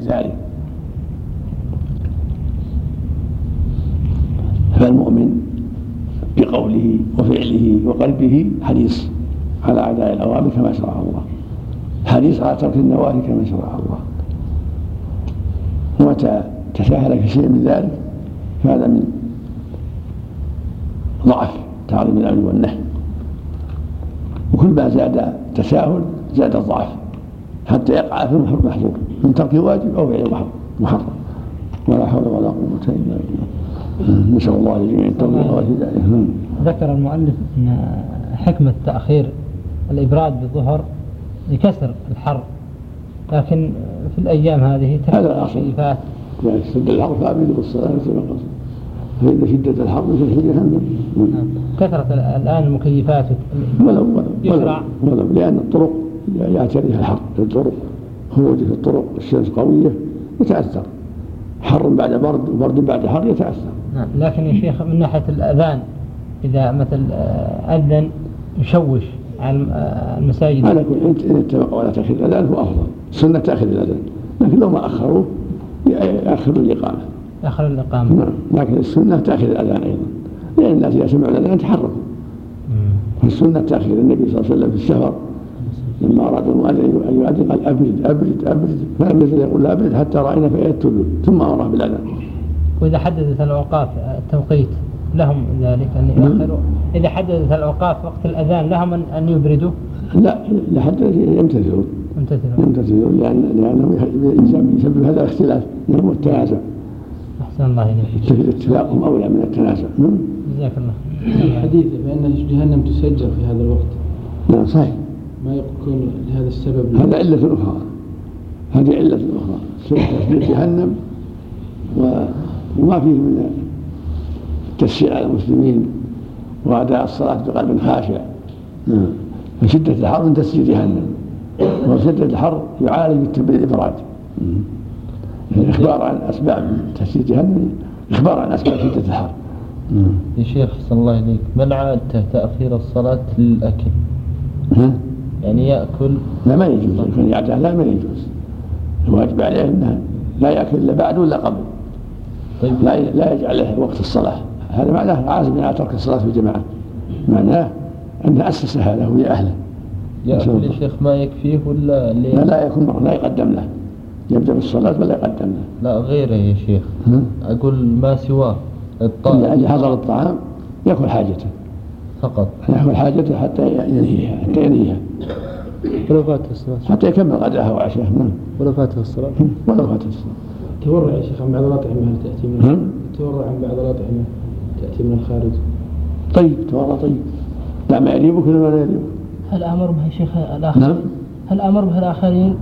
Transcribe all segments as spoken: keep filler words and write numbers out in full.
ذلك. فالمؤمن بقوله وفعله وقلبه حريص على أداء الأوامر كما شرع الله، حريص على ترك النواهي كما شرع الله، ومتى تساهل في شيء من ذلك فهذا من ضعف تعظيم الأمر والنهي، وكل ما زاد تساهل زاد الضعف حتى يقع في المحظور من ترك واجب أو فعل محرم، ولا حول ولا قوة إلا بالله. نسأل الله لجميع التوفيق والهداية. ذكر المؤلف أن حكمة تأخير الإبراد بالظهر لكسر الحر، لكن في الأيام هذه هذا المكيفات شدة الحر فأبردوا بالصلاة فإن شدة الحر مثل جهنم. كثرة الآن المكيفات ولو ولو ولو لأن الطرق يعتريها الحر، الطرق خروج في الطرق الشمس قوية يتأثر، حر بعد برد وبرد بعد حر يتأثر. نعم. لكن يا شيخ من ناحية الأذان إذا مثل أذن يشوش على المساجد على كل إن اتفقوا على تأخير الأذان هو أفضل، سنة تأخير الأذان، لكن لو ما أخروه يأخروا الإقامة. يأخر الإقامة. نعم. لكن السنة تأخير الأذان أيضا، لأن الناس إذا سمعوا الأذان تحركوا. فالسنة تأخير. النبي صلى الله عليه وسلم في السفر لما أراد المؤذن أن يؤذن قال أبرد أبرد أبرد، فلم يزل يقول لا أبرد حتى رأينا فئة التلول ثم أمره بالأذان. وإذا حددت الأوقات التوقيت لهم ذلك أن يؤخروا؟ إذا حددت الأوقات وقت الأذان لهم أن يبردوا؟ لا، لحد يمتثلون يمتثلون لأن لأنه يسبب هذا الاختلاف منهم التنازع. أحسن الله إليك. اتفاقهم أولى من التنازع. جزاك الله. الحديث بأن جهنم تسجر في هذا الوقت. نعم صحيح. ما يكون لهذا السبب. هذا علة أخرى، هذه علة أخرى تسجير جهنم، وما فيه من التشجيع على المسلمين وأداء الصلاة بقلب خاشع. فشدة الحر من تسجيل جهنم، وشدة الحر يعالج بالإبراد. الإخبار عن أسباب تسجيل جهنم إخبار عن أسباب شدة الحر. يا شيخ صلى الله عليك، من عادته تأخير الصلاة للأكل؟ ها؟ يعني يأكل؟ لا ما يجوز، يكون يعده لا ما يجوز، الواجب عليه أنه لا يأكل إلا بعد ولا قبل. طيب. لا لا يجعل له وقت الصلاة، هذا معناه عازم على ترك الصلاة في الجماعة، معناه أن أسسها له لأهله. يأكل يا شيخ ما يكفيه ولا لا لا يكون لا يقدم له، يبدأ بالصلاة ولا يقدم له. لا غيره يا شيخ. ها؟ أقول ما سواه الطعام. اللي حضر الطعام يأكل حاجته فقط، يأكل حاجته حتى ينهيها حتى ينهيها ولو فاته الصلاة حتى يكمل غداها وعشاءه. ولو فاته الصلاة ولو فاته الصلاة. تورع يا شيخ عن بعض الأطعمة هل تأتي من تورع عن بعض الأطعمة تأتي من الخارج؟ طيب تورع طيب، لا ما يريبك ولا ما يريبك. هل أمر بها شيخ الآخرين؟ نعم. هل أمر بها الآخرين؟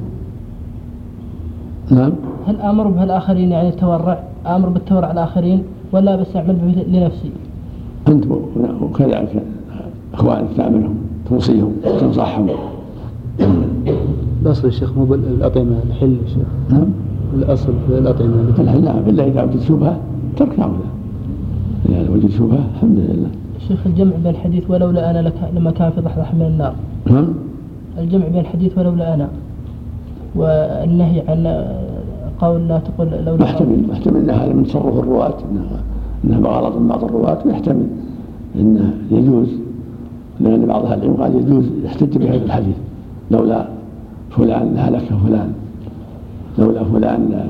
نعم. هل أمر بها الآخرين يعني التورع، أمر بالتورع الآخرين ولا بس أعمل به لنفسي؟ أنت وكذلك أخوانك تعملهم، توصيهم تنصحهم. الأصل يا شيخ مو بالأطعمة الحل يا شيخ. نعم. الأصل بالأطعمة الحل نعم، إلا إذا وجد شبهة ترك عمله، إذا وجد شبهة الحمد لله. شيخ الجمع بين الحديث ولولا أنا لك لما كان في ضحضح من النار. نعم. الجمع بين الحديث ولولا أنا والنهي عن قول لا تقول لولا. محتمل محتمل أن هذا من تصرف الرواة، أنها بغلط من بعض الرواة، ويحتمل أنه يجوز، لأن بعض أهل العلم قال يجوز يحتج بهذا الحديث لولا فلان هلك فلان، لولا فلان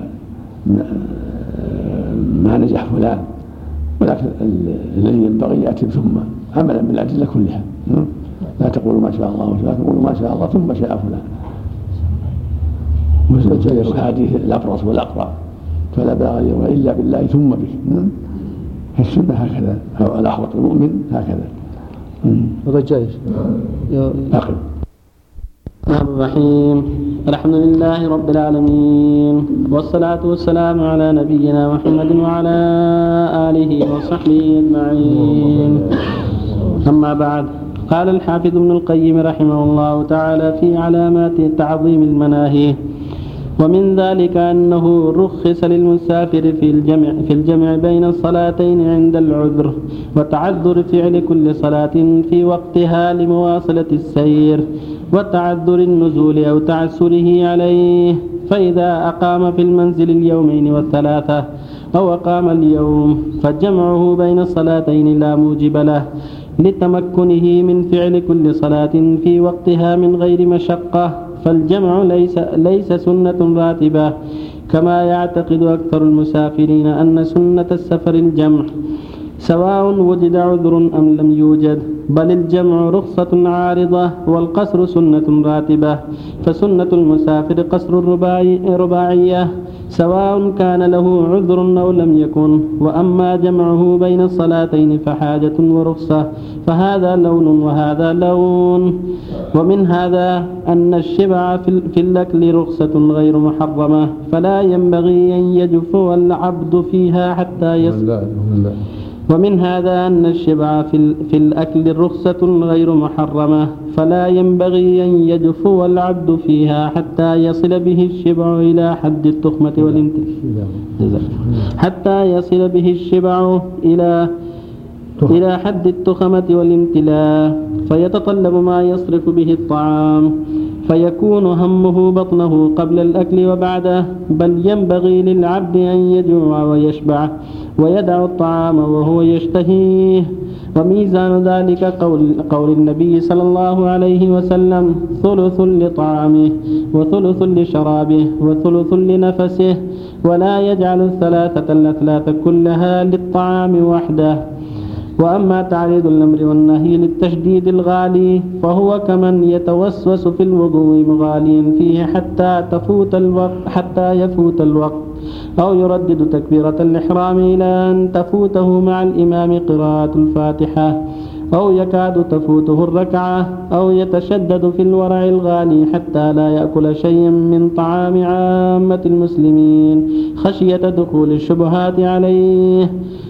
ما نجح فلان، ولكن الذي ينبغي يأتي ثم عملا بالأدلة كلها. لا تقولوا ما شاء الله وشاء، تقولوا ما شاء الله ثم شاء فلان. وسجل حديث الأبرص والأقرع فلا بلاغ اليوم إلا بالله ثم به. فالسنة هكذا، أو الأحوط المؤمن هكذا. الرجاء أقل. الرحمن الرحيم. الحمد لله رب العالمين، والصلاة والسلام على نبينا محمد وعلى آله وصحبه أجمعين. أما بعد، قال الحافظ ابن القيم رحمه الله تعالى في علامات تعظيم المناهي: ومن ذلك أنه رخص للمسافر في الجمع, في الجمع بين الصلاتين عند العذر وتعذر فعل كل صلاة في وقتها لمواصلة السير وتعذر النزول أو تعسره عليه، فإذا أقام في المنزل اليومين والثلاثة أو أقام اليوم فجمعه بين الصلاتين لا موجب له لتمكنه من فعل كل صلاة في وقتها من غير مشقة، فالجمع ليس, ليس سنة راتبة كما يعتقد أكثر المسافرين أن سنة السفر الجمع، سواء وجد عذر أم لم يوجد، بل الجمع رخصة عارضة والقصر سنة راتبة، فسنة المسافر قصر الرباعية سواء كان له عذر أو لم يكن، وأما جمعه بين الصلاتين فحاجة ورخصة، فهذا لون وهذا لون. ومن هذا أن الشبع في الأكل رخصة غير محرمة، فلا ينبغي أن يجفو العبد فيها حتى يصل. ومن هذا أن الشبع في الأكل رخصة غير محرمة، فلا ينبغي أن يجفو العبد فيها حتى يصل به الشبع إلى حد التخمة والامتلاء حتى يصل به الشبع إلى إلى حد التخمة والامتلاء، فيتطلب ما يصرف به الطعام، فيكون همه بطنه قبل الأكل وبعده، بل ينبغي للعبد أن يجوع ويشبع ويدع الطعام وهو يشتهيه. وميزان ذلك قول, قول النبي صلى الله عليه وسلم: ثلث لطعامه وثلث لشرابه وثلث لنفسه، ولا يجعل الثلاثة الأثلاث كلها للطعام وحده. وأما تعريض الأمر والنهي للتشديد الغالي فهو كمن يتوسوس في الوضوء مغاليا فيه حتى تفوت الوقت حتى يفوت الوقت، أو يردد تكبيرة الإحرام إلى أن تفوته مع الإمام قراءة الفاتحة، أو يكاد تفوته الركعة، أو يتشدد في الورع الغالي حتى لا يأكل شيئا من طعام عامة المسلمين خشية دخول الشبهات عليه.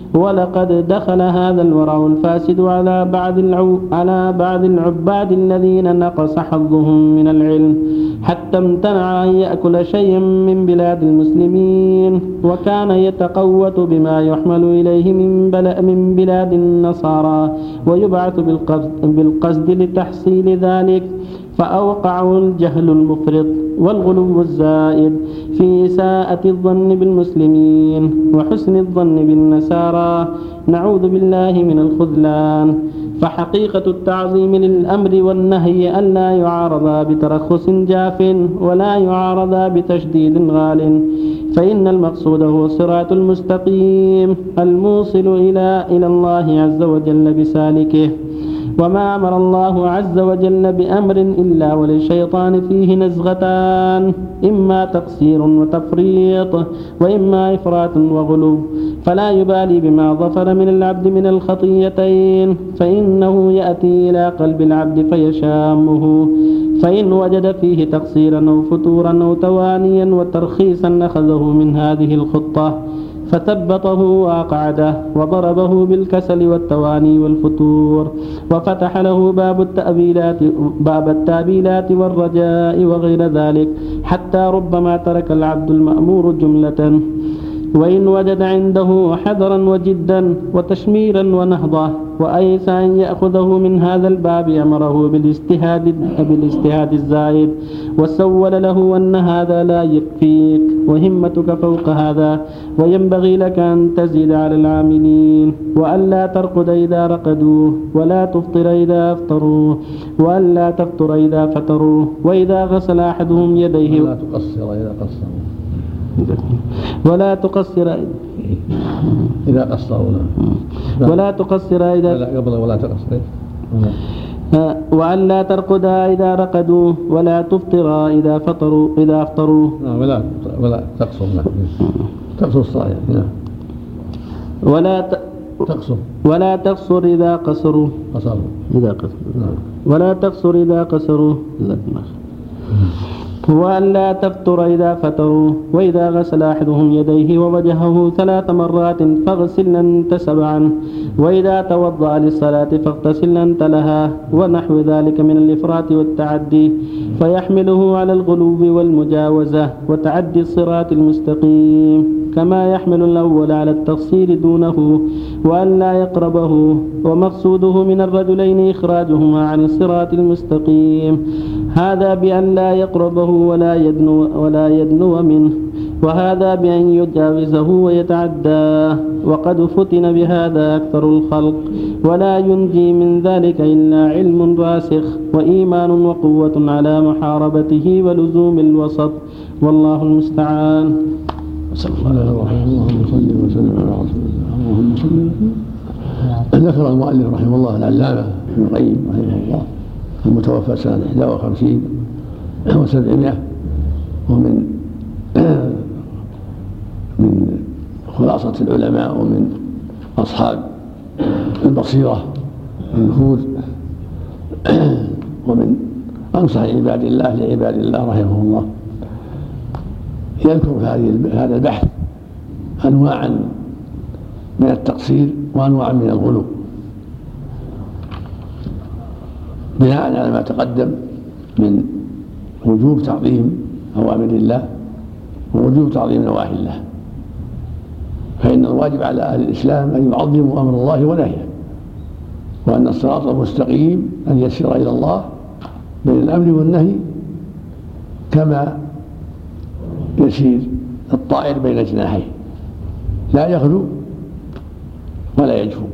ولقد دخل هذا الورع الفاسد على بعض على بعض العباد الذين نقص حظهم من العلم حتى امتنع أن يأكل شيئا من بلاد المسلمين، وكان يتقوت بما يحمل إليه من, من بلاد النصارى ويبعث بالقصد لتحصيل ذلك، فأوقعه الجهل المفرط والغلو الزائد في إساءة الظن بالمسلمين وحسن الظن بالنصارى، نعوذ بالله من الخذلان. فحقيقة التعظيم للأمر والنهي ألا يعارضا بترخص جاف ولا يعارضا بتشديد غال، فإن المقصود هو الصراط المستقيم الموصل إلى إلى الله عز وجل بسالكه. وما أمر الله عز وجل بأمر إلا وللشيطان فيه نزغتان، إما تقصير وتفريط وإما إفراط وغلو، فلا يبالي بما ظفر من العبد من الخطيتين، فإنه يأتي إلى قلب العبد فيشامه، فإن وجد فيه تقصيرا أو فتورا أو توانيا وترخيصا أخذه من هذه الخطة فثبطه وأقعده وضربه بالكسل والتواني والفتور، وفتح له باب التأبيلات باب التابيلات والرجاء وغير ذلك، حتى ربما ترك العبد المأمور جملة. وإن وجد عنده حذرا وجدا وتشميرا ونهضة وأيس أن يأخذه من هذا الباب أمره بالاجتهاد بالاجتهاد الزائد، وسول له أن هذا لا يكفيك وهمتك فوق هذا، وينبغي لك أن تزيد على العاملين، وألا ترقد إذا رقدوا، ولا تفطر إذا أفطروا، وألا تفطر إذا فتروا، وإذا غسل أحدهم يديه ولا تقصر إذا قصروا ولا تقصر إذا قصروا ولا تقصر إذا قبل ولا تقصر وألا ترقد إذا رقدوا، ولا تفطر إذا فطروا إذا أفطروا ولا ولا تقصر تقصر الصلاة ولا ت... تقصر ولا تقصر إذا قصروا قصروا إذا قصروا ولا تقصر إذا قصروا وألا تفطر إذا فتروا، وإذا غسل أحدهم يديه ووجهه ثلاث مرات فاغسل أنت سبعا، وإذا توضأ للصلاة فاغتسل أنت لها، ونحو ذلك من الإفراط والتعدي، فيحمله على الغلو والمجاوزة وتعدي الصراط المستقيم، كما يحمل الأول على التقصير دونه وأن لا يقربه، ومقصوده من الرجلين إخراجهما عن الصراط المستقيم. هذا بأن لا يقربه ولا يدنو, ولا يدنو منه، وهذا بأن يجاوزه ويتعداه، وقد فتن بهذا أكثر الخلق، ولا ينجي من ذلك إلا علم راسخ وإيمان وقوة على محاربته ولزوم الوسط، والله المستعان. صلى الله عليه وسلم. اللهم صل وسلم على رسول الله. اللهم صل وسلم. ذكر المؤلف رحمه الله العلامة ابن القيم رحمه الله المتوفى سنة إحدى وخمسين وسبعمائة، ومن من خلاصة العلماء ومن أصحاب البصيرة والنفوذ، ومن أنصح عباد الله لعباد الله رحمه الله. يذكر في هذا البحث أنواعا من التقصير وأنواعا من الغلو بناء على ما تقدم من وجوب تعظيم أوامر الله ووجوب تعظيم نواهي الله. فإن الواجب على أهل الإسلام أن يعظموا أمر الله ونهيه، وأن الصراط المستقيم أن يسير إلى الله بين الأمر والنهي كما يسير الطائر بين جناحيه، لا يغلو ولا يجفو،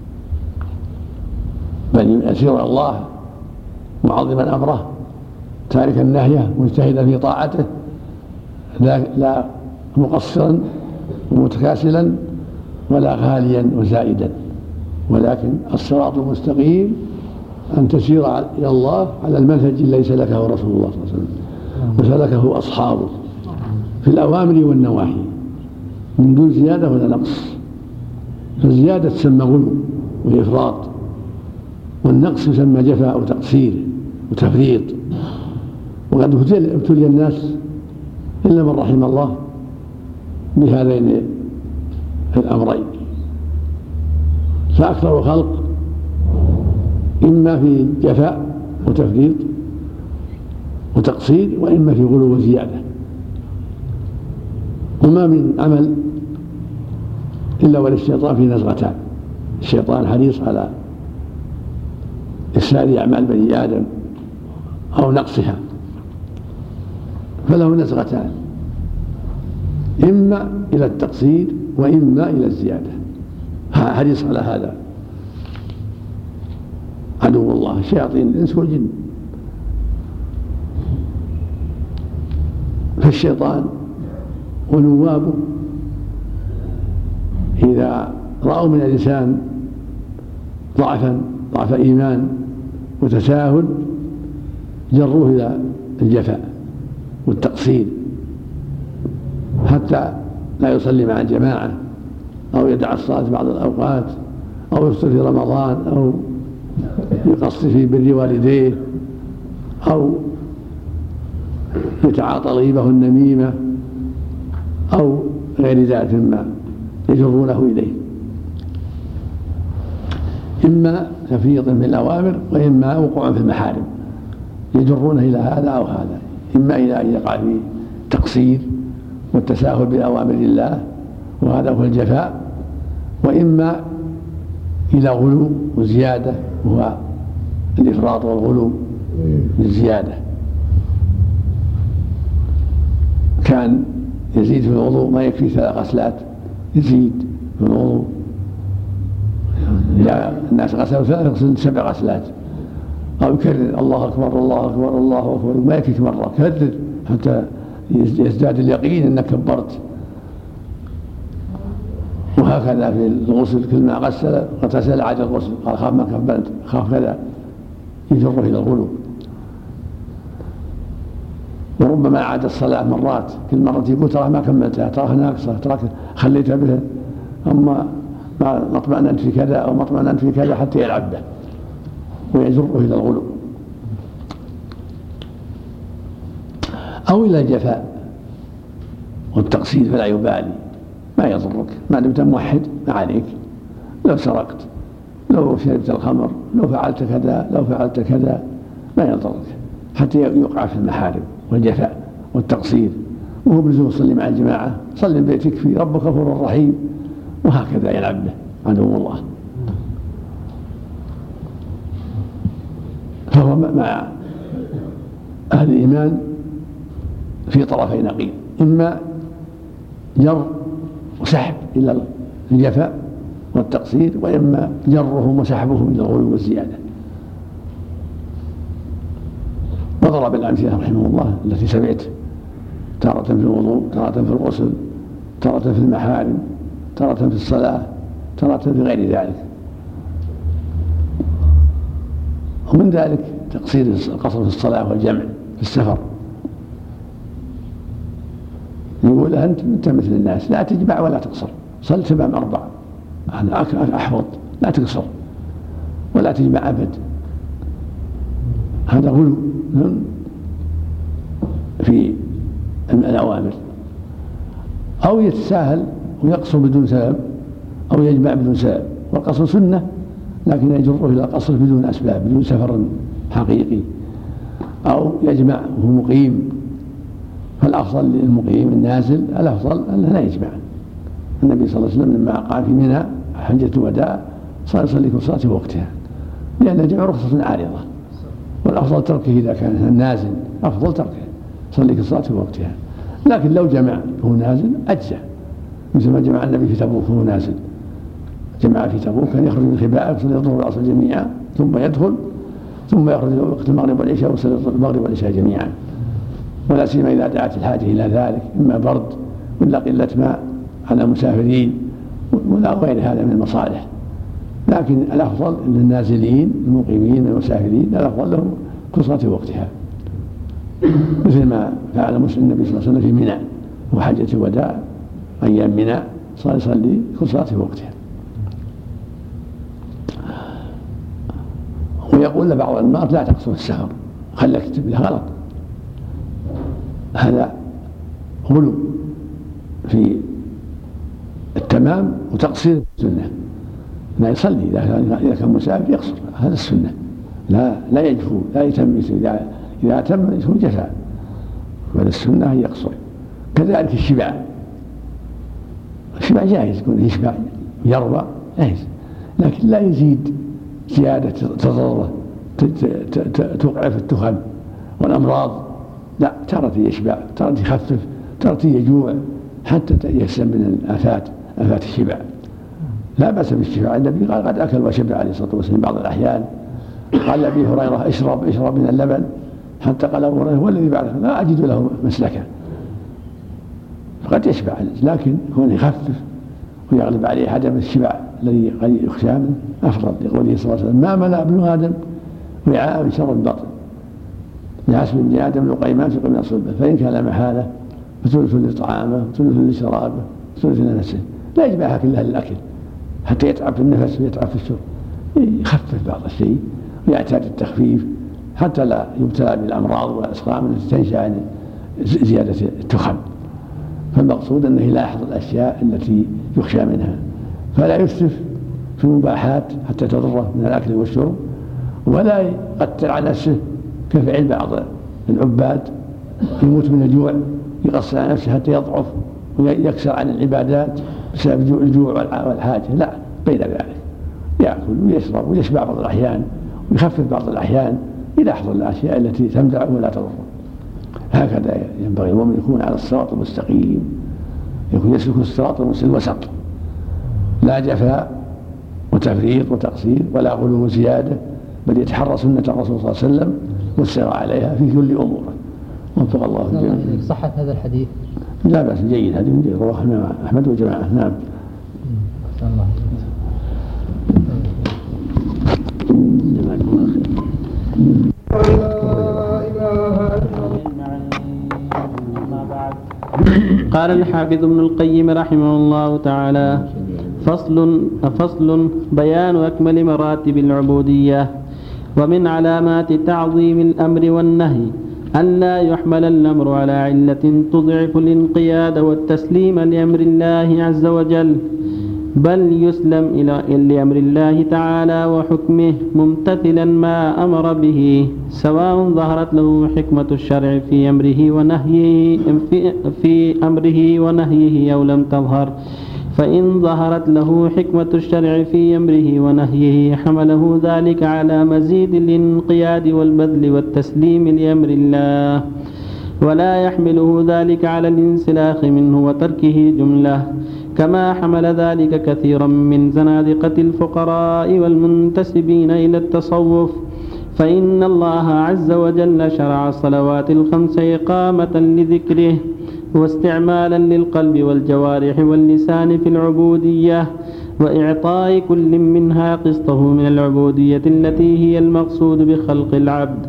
بل يسير إلى الله معظما أمره تاركا نهيه مجتهدا في طاعته، لا, لا مقصرا ومتكاسلا ولا غاليا وزائدا، ولكن الصراط المستقيم أن تسير إلى الله على المنهج الذي سلكه رسول الله صلى الله عليه وسلم وسلكه أصحابه في الأوامر والنواهي من دون زيادة ولا نقص. فالزيادة تسمى غلو وإفراط، والنقص يسمى جفاء وتقصير وتفريط. وقد ابتلي الناس إلا من رحم الله بهذين الأمرين، فأكثر الخلق إما في جفاء وتفريط وتقصير، وإما في غلو وزيادة. وما من عمل إلا وللشيطان في نزغتان. الشيطان حريص على إفساد أعمال بني آدم أو نقصها، فله نزغتان، إما إلى التقصير وإما إلى الزيادة. حريص على هذا عدو الله شياطين الإنس والجن. فالشيطان ونوابه إذا رأوا من الإنسان ضعفا ضعف إيمان وتساهل جروه إلى الجفاء والتقصير، حتى لا يصلي مع الجماعة أو يدع الصلاة بعض الأوقات أو يفطر في رمضان أو يقصر في بر والديه أو يتعاطى الغيبة والنميمة أو غير ذلك مما يجرونه إليه، إما تفريط في الأوامر وإما وقوع في المحارم يجرونه إلى هذا أو هذا، إما إلى أن يقع في تقصير والتساهل بأوامر الله وهذا هو الجفاء، وإما إلى غلو وزيادة وهو الإفراط والغلو بالزيادة. كان يزيد في الوضوء ما يكفي ثلاث غسلات، يزيد في الوضوء، الناس غسلوا ثلاث يغسل سبع غسلات، أو يكرر الله أكبر الله أكبر الله أكبر ما يكفيك مرة، كرر حتى يزداد اليقين أنك كبرت. وهكذا في الغسل كل ما غسل اغتسل عاد الغسل، قال خاف ما كبرت خاف كذا، يجره إلى الغلو. وربما عاد الصلاة مرات، كل مرة يقول ترى ما كملتها، تراها ناقصة، تراك خليتها بها، أما ما اطمأننت في كذا أو ما اطمأننت في كذا، حتى يلعب به ويجره إلى الغلو أو إلى الجفاء والتقصير، فلا يبالي ما يضرك ما دمت موحد، ما عليك، لو سرقت لو شربت الخمر لو فعلت كذا لو فعلت كذا ما يضرك، حتى يقع في المحارم والجفاء والتقصير. وهو بلزوم صلي مع الجماعة، صلي بيتك في ربك غفور رحيم، وهكذا يلعب به عدو الله. فهو مع أهل الإيمان في طرفي نقيض، إما جر وسحب إلى الجفاء والتقصير، وإما جرهم وسحبهم إلى الغلو والزيادة. وضرب الأمثلة رحمه الله التي سمعت تارة في الوضوء، تارة في الغسل، تارة في المحارم، تارة في الصلاة، تارة في غير ذلك. ومن ذلك تقصير القصر في الصلاة والجمع في السفر. يقول أنت أنت مثل الناس، لا تجمع ولا تقصر، صل تمام أربع، هذا أحوط، لا تقصر ولا تجمع أبد، هذا غلو في الأوامر. أو يتساهل ويقصر بدون سبب، أو يجمع بدون سبب، والقصر سنة لكن يجره إلى القصر بدون أسباب، بدون سفر حقيقي. أو يجمع وهو مقيم، فالأفضل للمقيم النازل الأفضل أنه لا يجمع. النبي صلى الله عليه وسلم لما قال في منى حجة الوداع صلى يصلي كل صلاة في وقتها، لأن الجمع رخصة عارضة، والأفضل تركه إذا كان نازل، أفضل تركه صلي كل صلاة في وقتها. لكن لو جمع وهو نازل أجزع، مثل ما جمع النبي في تبوك وهو نازل، جمع في تبوك كان يخرج من خبائه يصلي الظهر والعصر جميعا ثم يدخل، ثم يخرج وقت المغرب والعشاء ويصلي المغرب والعشاء جميعا، ولا سيما إذا دعت الحاجة إلى ذلك، إما برد ولا قلة ماء على مسافرين ولا غير هذا من المصالح. لكن الأفضل للنازلين المقيمين المسافرين الأفضل لهم كل صلاة في وقتها، مثل ما فعل مسلم النبي صلى الله عليه وسلم في منى وحجة الوداع أيام منى صلى يصلي كل صلاة في وقتها. ويقول لبعض الناس لا تقصر السفر، خلك تكتب له غلط، هذا غلو في التمام وتقصير السنة. لا يصلي إذا كان مسافر يقصر، هذا السنة، لا لا يجفو، لا يتم، إذا تم يكون جفاء، بل السنة أن يقصر. كذلك الشبع، الشبع جائز، يكون يشبع يرضى جائز، لكن لا يزيد زيادة تضره توقع في التخم والأمراض، لا، تارة يشبع، تارة يخفف، تارة يجوع، حتى يسلم من الآفات، آفات الشبع. لا بأس بالشبع، النبي قال قد أكل وشبع عليه الصلاة والسلام بعض الأحيان. قال أبي هريرة اشرب اشرب من اللبن، حتى قال أبو هريرة والذي بعده لا أجد له مسلكا، فقد يشبع، لكن هو يخفف ويغلب عليه عدم الشبع الذي قد يخشى منه أفضل، لقوله صلى الله عليه وسلم ما ملأ ابن آدم وعاء من شر البطن، بحسب ابن آدم لقيمان في قمنا صلبه، فإن كان محالة فثلث لطعامه وثلث لشرابه وثلث لنفسه، لا يجمعها كلها للأكل حتى يتعب في النفس ويتعب في الشرب، يخفف بعض الشيء ويعتاد التخفيف حتى لا يبتلى بالأمراض والأسقام التي تنشأ عن زيادة التخم. فالمقصود أنه لا يحضر الأشياء التي يخشى منها، فلا يسرف في المباحات حتى تضره من الأكل والشرب، ولا يقتل على نفسه كفعل بعض العباد يموت من الجوع، يقصر على نفسه حتى يضعف ويكسر عن العبادات بسبب الجوع والحاجة، لا، بين ذلك يأكل ويشرب ويشبع بعض الأحيان ويخفف بعض الأحيان إلى يحضر الأشياء التي تمدعه ولا تضره. هكذا ينبغي المؤمن يكون على الصراط المستقيم، يكون يسلك الصراط المستقيم الوسط، لا جفاء وتفريط وتقصير ولا غلو وزيادة، بل يتحرى سنة الرسول صلى الله عليه وسلم والسير عليها في كل أموره. وفق الله الجميع. صحة هذا الحديث؟ لا بأس، جيد، هذا جيد، رواه الإمام أحمد وجماعة. نعم. الله. قال الحافظ ابن القيم رحمه الله تعالى: فصل فصل بيان أكمل مراتب العبودية. ومن علامات تعظيم الأمر والنهي أن لا يحمل الأمر على علة تضعف الانقياد والتسليم لأمر الله عز وجل، بل يسلم إلى لأمر الله تعالى وحكمه ممتثلا ما أمر به، سواء ظهرت له حكمة الشرع في أمره ونهيه في, في أمره ونهيه أو لم تظهر، فإن ظهرت له حكمة الشرع في أمره ونهيه حمله ذلك على مزيد الانقياد والبذل والتسليم لأمر الله، ولا يحمله ذلك على الانسلاخ منه وتركه جملة، كما حمل ذلك كثيرا من زنادقة الفقراء والمنتسبين إلى التصوف. فإن الله عز وجل شرع الصلوات الخمس إقامة لذكره واستعمالا للقلب والجوارح واللسان في العبودية، وإعطاء كل منها قسطه من العبودية التي هي المقصود بخلق العبد.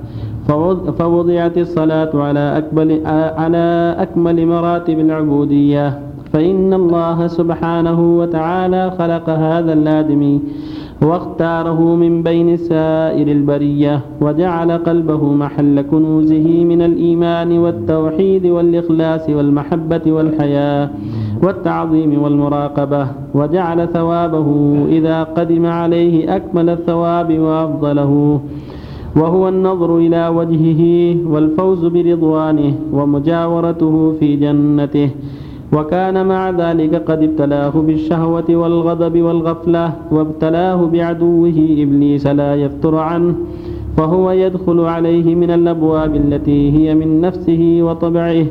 فوضعت الصلاة على أكمل, على أكمل مراتب العبودية، فإن الله سبحانه وتعالى خلق هذا الآدمي واختاره من بين سائر البرية، وجعل قلبه محل كنوزه من الإيمان والتوحيد والإخلاص والمحبة والحياة والتعظيم والمراقبة، وجعل ثوابه إذا قدم عليه أكمل الثواب وأفضله، وهو النظر إلى وجهه والفوز برضوانه ومجاورته في جنته. وكان مع ذلك قد ابتلاه بالشهوة والغضب والغفلة، وابتلاه بعدوه إبليس لا يفتر عنه، فهو يدخل عليه من الأبواب التي هي من نفسه وطبعه،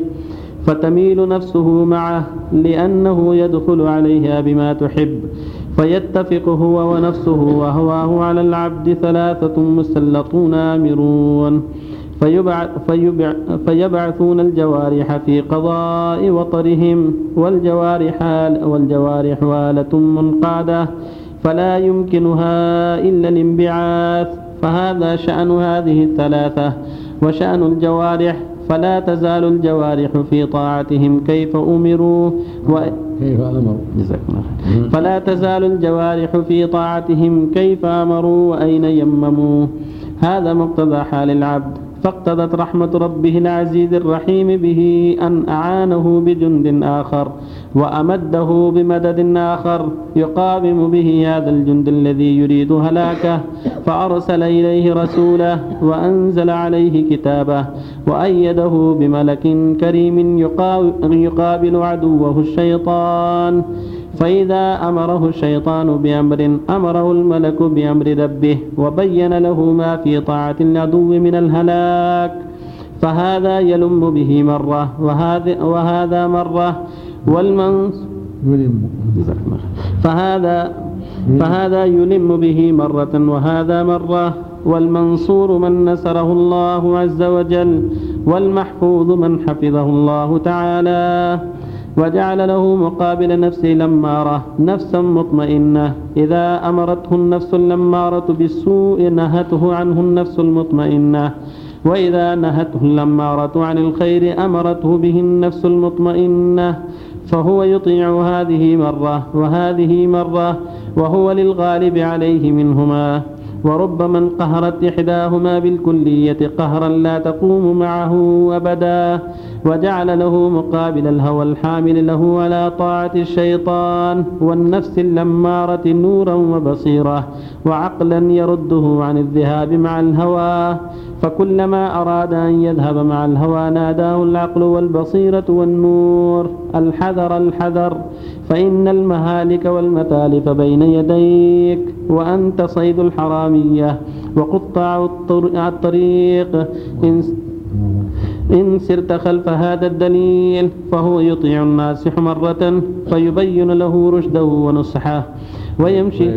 فتميل نفسه معه لأنه يدخل عليها بما تحب، فيتفق هو ونفسه وهواه على العبد ثلاثة مسلطون آمرون، فيبع فيبع فيبعثون الجوارح في قضاء وطرهم، والجوارح والجوارح آلة منقادة فلا يمكنها إلا الانبعاث، فهذا شأن هذه الثلاثة. وشأن الجوارح فلا تزال الجوارح في طاعتهم كيف أمروا و... كيف أمروا فلا تزال الجوارح في طاعتهم كيف أمروا وأين يمموا. هذا مقتضى حال العبد. فاقتضت رحمة ربه العزيز الرحيم به أن أعانه بجند آخر وأمده بمدد آخر يقاوم به هذا الجند الذي يريد هلاكه، فأرسل إليه رسوله وأنزل عليه كتابه وأيده بملك كريم يقابل عدوه الشيطان. فإذا أمره الشيطان بأمر أمره الملك بأمر ربه وبين له ما في طاعة العدو من الهلاك، فهذا يلم به مرة وهذا, وهذا مرة والمنص فهذا فهذا يلم به مرة وهذا مرة. والمنصور من نصره الله عز وجل، والمحفوظ من حفظه الله تعالى، وجعل له مقابل نفسه الأمارة نفسا مطمئنة. إذا أمرته النفس الأمارة بالسوء نهته عنه النفس المطمئنة، وإذا نهته الأمارة عن الخير أمرته به النفس المطمئنة، فهو يطيع هذه مرة وهذه مرة، وهو للغالب عليه منهما. وربما انقهرت إحداهما بالكلية قهرا لا تقوم معه أبدا، وجعل له مقابل الهوى الحامل له على طاعة الشيطان والنفس الأمارة نورا وبصيرة وعقلا يرده عن الذهاب مع الهوى. فكلما أراد أن يذهب مع الهوى ناداه العقل والبصيرة والنور: الحذر الحذر، فإن المهالك والمتالف بين يديك، وأنت صيد الحرامية وقطاع الطريق. إن سرت خلف هذا الدليل فهو يطيع الناصح مرة فيبين له رشده ونصحه ويمشي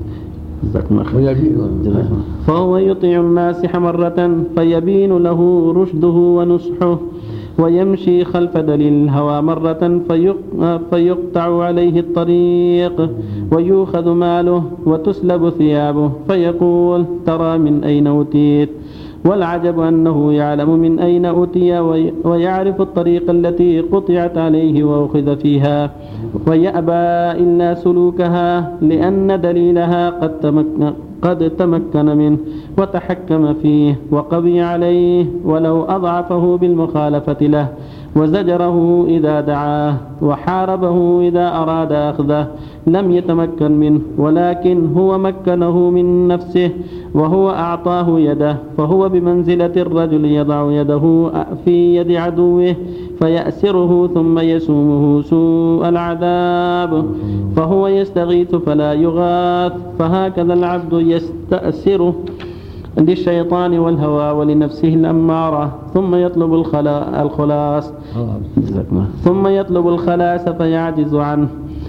فهو يطيع الناصح مرة فيبين له رشده ونصحه ويمشي خلف دليل الهوى مرة فيقطع عليه الطريق ويؤخذ ماله وتسلب ثيابه، فيقول: ترى من أين أوتيت؟ والعجب أنه يعلم من أين أوتي ويعرف الطريق التي قطعت عليه وأخذ فيها، ويأبى إلا سلوكها، لأن دليلها قد تمكن, قد تمكن منه وتحكم فيه وقضي عليه، ولو أضعفه بالمخالفة له وزجره إذا دعاه وحاربه إذا أراد أخذه لم يتمكن منه، ولكن هو مكنه من نفسه وهو أعطاه يده، فهو بمنزلة الرجل يضع يده في يد عدوه فيأسره ثم يسومه سوء العذاب، فهو يستغيث فلا يغاث. فهكذا العبد يستأسره للشيطان والهوى ولنفسه الأمارة، ثم يطلب الخلاص ثم يطلب الخلاص فيعجز عنه.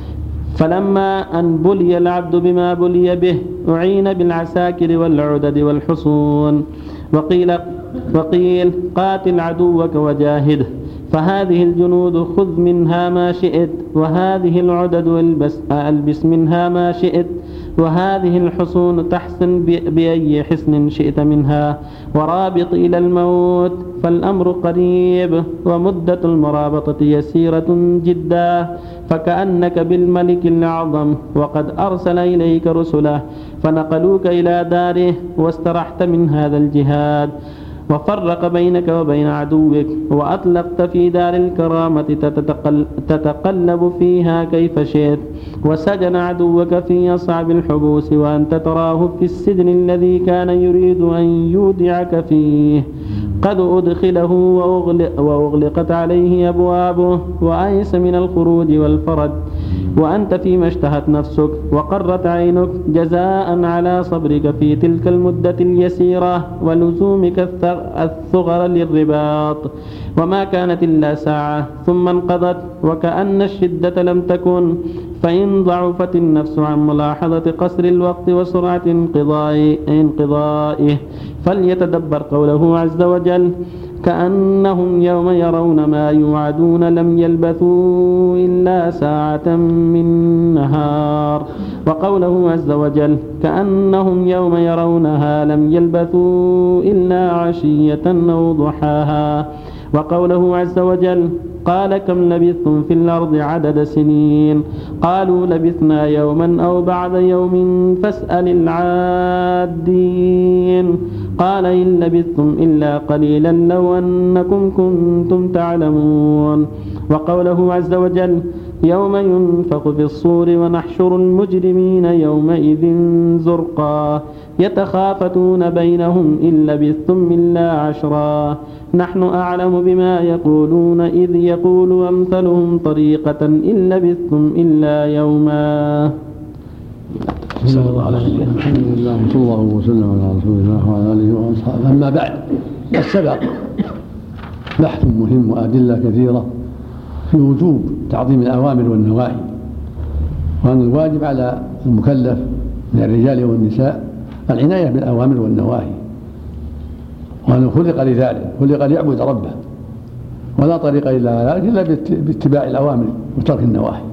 فلما أن بلي العبد بما بلي به أعين بالعساكر والعدد والحصون، وقيل, وقيل قاتل عدوك وجاهده، فهذه الجنود خذ منها ما شئت، وهذه العدد البس, ألبس منها ما شئت، وهذه الحصون تحسن بأي حسن شئت منها، ورابط إلى الموت، فالأمر قريب ومدة المرابطة يسيرة جدا، فكأنك بالملك الأعظم وقد أرسل إليك رسله فنقلوك إلى داره، واسترحت من هذا الجهاد، وفرق بينك وبين عدوك، وأطلقت في دار الكرامة تتقلب فيها كيف شئت، وسجن عدوك في أصعب الحبوس وأنت تراه في السجن الذي كان يريد أن يودعك فيه، قد أدخله وأغلق وأغلقت عليه أبوابه، وأيس من الخروج والفرج، وأنت فيما اشتهت نفسك وقرت عينك، جزاء على صبرك في تلك المدة اليسيرة ولزومك الثغر للرباط، وما كانت إلا ساعة ثم انقضت، وكأن الشدة لم تكن، فإن ضعفت النفس عن ملاحظة قصر الوقت وسرعة انقضائه فليتدبر قوله عز وجل: كأنهم يوم يرون ما يوعدون لم يلبثوا إلا ساعة من نهار، وقوله عز وجل: كأنهم يوم يرونها لم يلبثوا إلا عشية أو ضحاها، وقوله عز وجل: قال كم لبثتم في الأرض عدد سنين، قالوا لبثنا يوما أو بعد يوم فاسأل العادين، قال إن لبثتم إلا قليلا لو أنكم كنتم تعلمون، وقوله عز وجل: يوم ينفخ في الصور ونحشر المجرمين يومئذ زرقا يتخافتون بينهم إن لبثتم إلا عشرا نحن أعلم بما يقولون إذ يقول أمثلهم طريقة إن لبثتم إلا يوما. بسم الله الحمد لله صلى الله وسلم على رسول الله وعلى آله وأصحابه. أما بعد، السبق بحث مهم وأدلة كثيرة في وجوب تعظيم الأوامر والنواهي، وأن الواجب على المكلف من الرجال والنساء العناية بالأوامر والنواهي، وأنه خلق لذلك، خلق ليعبد ربه، ولا طريق إلا ذلك إلا باتباع الأوامر وترك النواهي،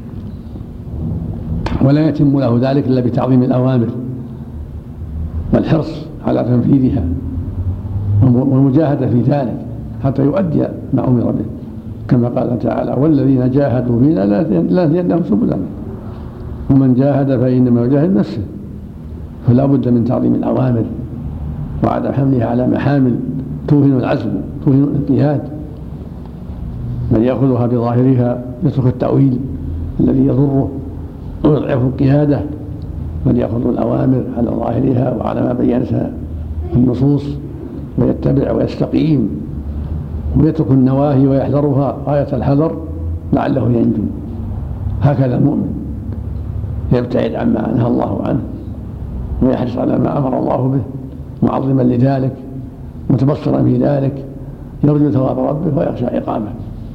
ولا يتم له ذلك إلا بتعظيم الأوامر والحرص على تنفيذها والمجاهدة في ذلك حتى يؤدي ما أمر به، كما قال تعالى: والذين جاهدوا فينا لنهدينهم سبلنا ومن جاهد فإنما يجاهد نفسه. فلا بد من تعظيم الأوامر وعدم حملها على محامل توهن العزم توهن الاجتهاد. من يأخذها بظاهرها يترك التأويل الذي يضره ويضعف القيادة، من يأخذ الأوامر على ظاهرها وعلى ما بينتها النصوص ويتبع ويستقيم، ويترك النواهي ويحذرها غاية الحذر لعله ينجو. هكذا المؤمن يبتعد عما نهى الله عنه ويحرص على ما أمر الله به معظما لذلك متبصرا في ذلك، يرجو ثواب ربه ويخشى عقابه.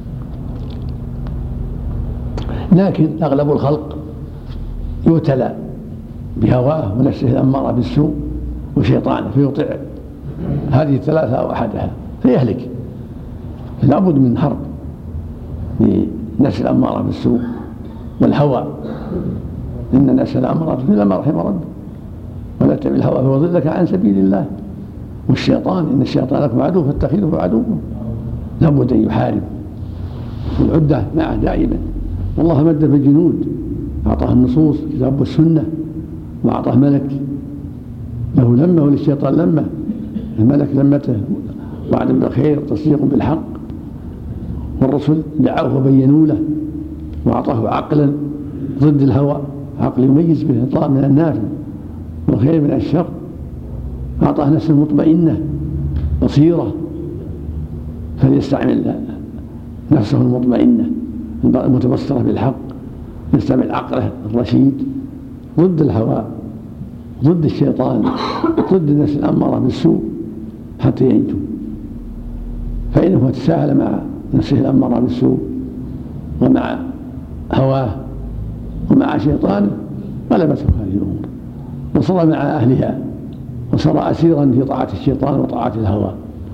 لكن أغلب الخلق يبتلى بهواه ونفسه الأمارة بالسوء وشيطانه فيطيع هذه الثلاثة أو أحدها فيهلك. فلا بد من حرب لنفس الأمارة بالسوء والهوى، إن النفس الأمارة إلا ما رحم ربه، ولا تتبع الهوى فيضلك عن سبيل الله. والشيطان إن الشيطان لكم عدو فاتخذوه عدوكم. لا بد أن يحارب والعدة معه دائما. والله مد في الجنود، أعطاه النصوص كتاب والسنة، وأعطاه ملك له لمة وللشيطان لمة. الملك لمته وعد بالخير تصديق بالحق، والرسل دعوه وبينوا له وأعطاه عقلا ضد الهوى، عقل يميز به الطاعة من النافع والخير من الشر، أعطاه نفس مطمئنة بصيرة، فليستعمل نفسه المطمئنة المتبصرة بالحق يستعمل عقله الرشيد ضد الهوى ضد الشيطان ضد النفس الأمارة بالسوء حتى ينجو. فإنه تساهل مع نفسه الأمارة بالسوء ومع هواه ومع شيطانه غلبته هذه الأمور وصار مع أهلها وصار أسيرا في طاعة الشيطان وطاعة الهوى.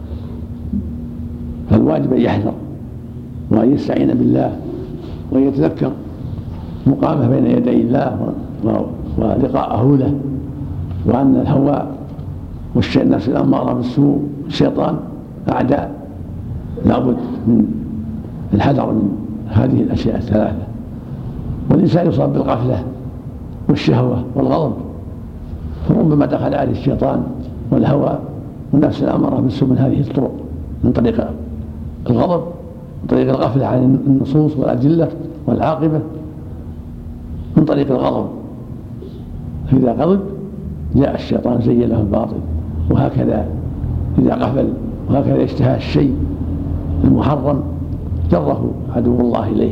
فالواجب أن يحذر وأن يستعين بالله وأن يتذكر مقامه بين يدي الله ولقاءه له، وأن الهوى والنفس الأمارة بالسوء والشيطان أعداء لابد من الحذر من هذه الأشياء الثلاثة. والإنسان يصاب بالغفلة والشهوة والغضب، فربما دخل عليه الشيطان والهوى والنفس الأمارة بالسوء من هذه الطرق، من طريق الغضب، من طريق الغفلة عن النصوص والأدلة والعاقبة، من طريق الغضب. فإذا غضب جاء الشيطان زين له الباطل، وهكذا إذا غفل وهكذا اشتهى الشيء المحرم جره عدو الله إليه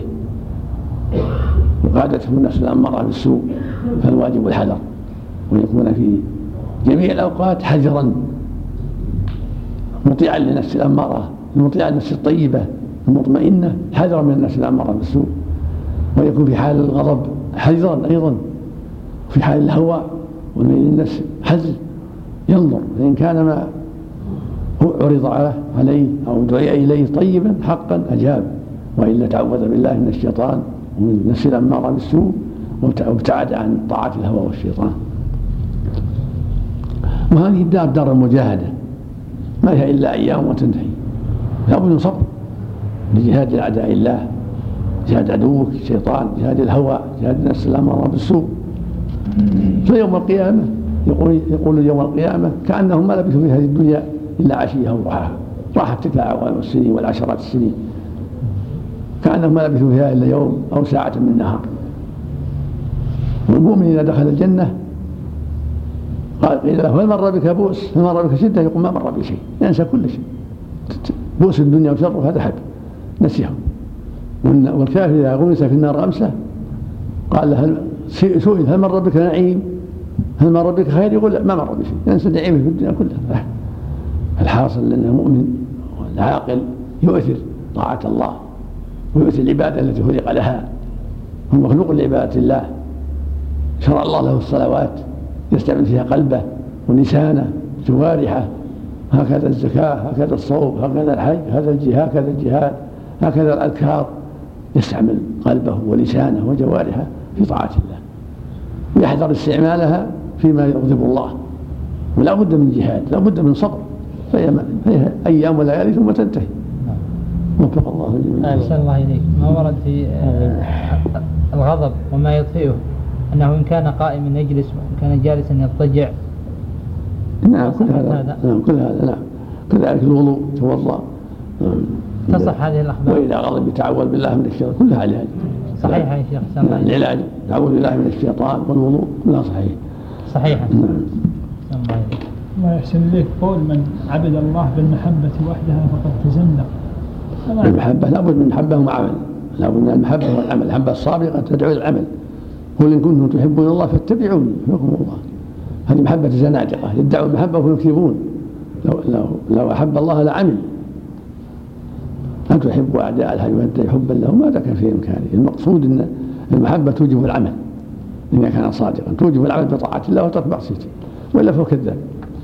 وقادته النفس الأمارة بالسوء. فالواجب الحذر ويكون في جميع الأوقات حذرا مطيعا لنفس الأمارة مطيعا للنفس الطيبة المطمئنة حذرا من النفس الأمارة بالسوء، ويكون في حال الغضب حذرا أيضا، في حال الهوى والميل للنفس حذر ينظر، فإن كان ما عرض عليه أو دعي إليه طيبا حقا أجاب، وإلا تعوذ بالله من الشيطان ومن نفس الأمارة بالسوء وابتعد عن طاعة الهوى والشيطان. وهذه الدار دار المجاهدة ما هي إلا أيام وتنتهي، لابد من صبر لجهاد أعداء الله، جهاد عدوك الشيطان، جهاد الهوى، جهاد النفس الأمارة بالسوء. فيوم القيامة يقول, يقول يوم القيامة كأنهم ما لبثوا في هذه الدنيا إلا عشيها وضحاها، راحت تلك الأعوام والسنين والعشرات السنين، كأنهم ما لبثوا فيها إلا يوم أو ساعة من نهار. والمؤمن إذا دخل الجنة قال قيل له هل مر بك بؤس؟ هل مر بك شدة؟ يقول ما مر بي شيء، ينسى كل شيء، بؤس الدنيا وشره هذا حب نسيه. والكافر إذا غمس في النار غمسة قال له هل سئل هل مر بك نعيم؟ هل مر بك خير؟ يقول لا ما مر بشيء، ينسى نعيمه في الدنيا كلها. الحاصل لأن المؤمن والعاقل يؤثر طاعة الله ويؤثر العبادة التي خلق لها، هو مخلوق لعبادة الله، شرع الله له الصلوات يستعمل فيها قلبه ولسانه جوارحه، هكذا الزكاة، هكذا الصوم، هكذا الحج، هكذا الجهاد، هكذا الجهاد، هكذا الأذكار، يستعمل قلبه ولسانه وجوارحه في طاعة الله ويحذر استعمالها فيما يغضب الله. ولا بد من جهاد، لا بد من صبر، فهي أيام وليالي ثم تنتهي. وفق الله الجميع. أحسن الله إليك. ما ورد في الغضب وما يطفئه أنه إن كان قائما يجلس وإن كان جالسا يضطجع. نعم كل هذا نعم كل هذا نعم كذلك الوضوء توضأ. تصح هذه الأخبار. وإذا غضب يتعوذ بالله من الشيطان، كلها علاج. صحيح يا شيخ. نعم العلاج تعوذ بالله من الشيطان والوضوء كلها صحيح. صحيحة. نعم. الله إليك. الله يحسن إليك. قول من عبد الله بالمحبة وحدها فقد تزندق. المحبة لابد من محبة وعمل، لابد من المحبة والعمل. المحبة الصادقة تدعو إلى العمل، قل إن كنتم تحبون الله فاتبعوني يحببكم الله. هذه محبة الزنادقة يدعوا المحبة ويكذبون. لو, لو, لو أحب الله لعمل. أن تحب أعداء الله ويدعي حبا له ما ذاك في إمكانه. المقصود أن المحبة توجب العمل إذا كان صادقا، توجب العمل بطاعة الله وترك معصيته، وإلا فهو كذاب.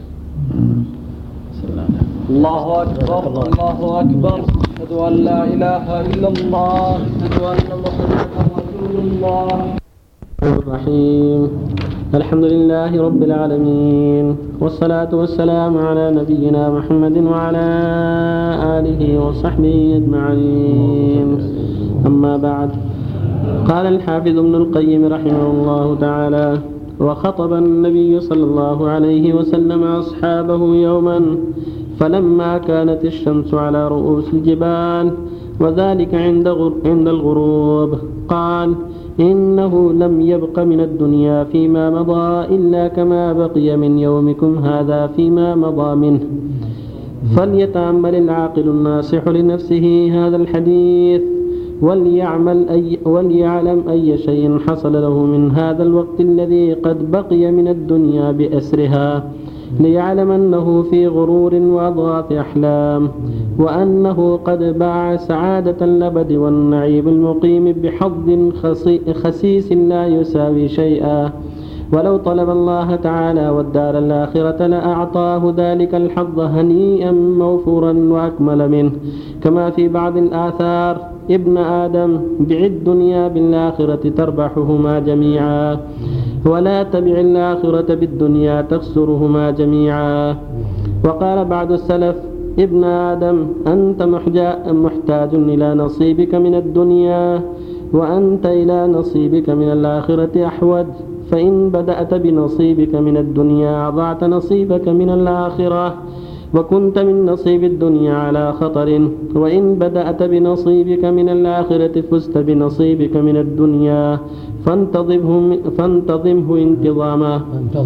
الله أكبر الله أكبر أشهد أن لا إله إلا الله أشهد أن محمدا رسول الله. الرحيم. الحمد لله رب العالمين، والصلاة والسلام على نبينا محمد وعلى آله وصحبه أجمعين. أما بعد، قال الحافظ ابن القيم رحمه الله تعالى: وخطب النبي صلى الله عليه وسلم أصحابه يوما فلما كانت الشمس على رؤوس الجبال وذلك عند عند الغروب قال: إنه لم يبق من الدنيا فيما مضى إلا كما بقي من يومكم هذا فيما مضى منه، فليتأمل العاقل الناصح لنفسه هذا الحديث وليعمل أي وليعلم أي شيء حصل له من هذا الوقت الذي قد بقي من الدنيا بأسرها، ليعلم أنه في غرور وأضغاث أحلام، وأنه قد باع سعادة الأبد والنعيم المقيم بحظ خسيس لا يساوي شيئا، ولو طلب الله تعالى والدار الآخرة لأعطاه ذلك الحظ هنيئا موفورا وأكمل منه، كما في بعض الآثار: ابن آدم بع الدنيا بالآخرة تربحهما جميعا، ولا تبع الآخرة بالدنيا تخسرهما جميعا. وقال بعض السلف: ابن آدم أنت محتاج إلى نصيبك من الدنيا، وأنت إلى نصيبك من الآخرة أحوج، فإن بدأت بنصيبك من الدنيا أضعت نصيبك من الآخرة، وكنت من نصيب الدنيا على خطر، وإن بدأت بنصيبك من الآخرة فزت بنصيبك من الدنيا، فانتظمه, فانتظمه انتظاما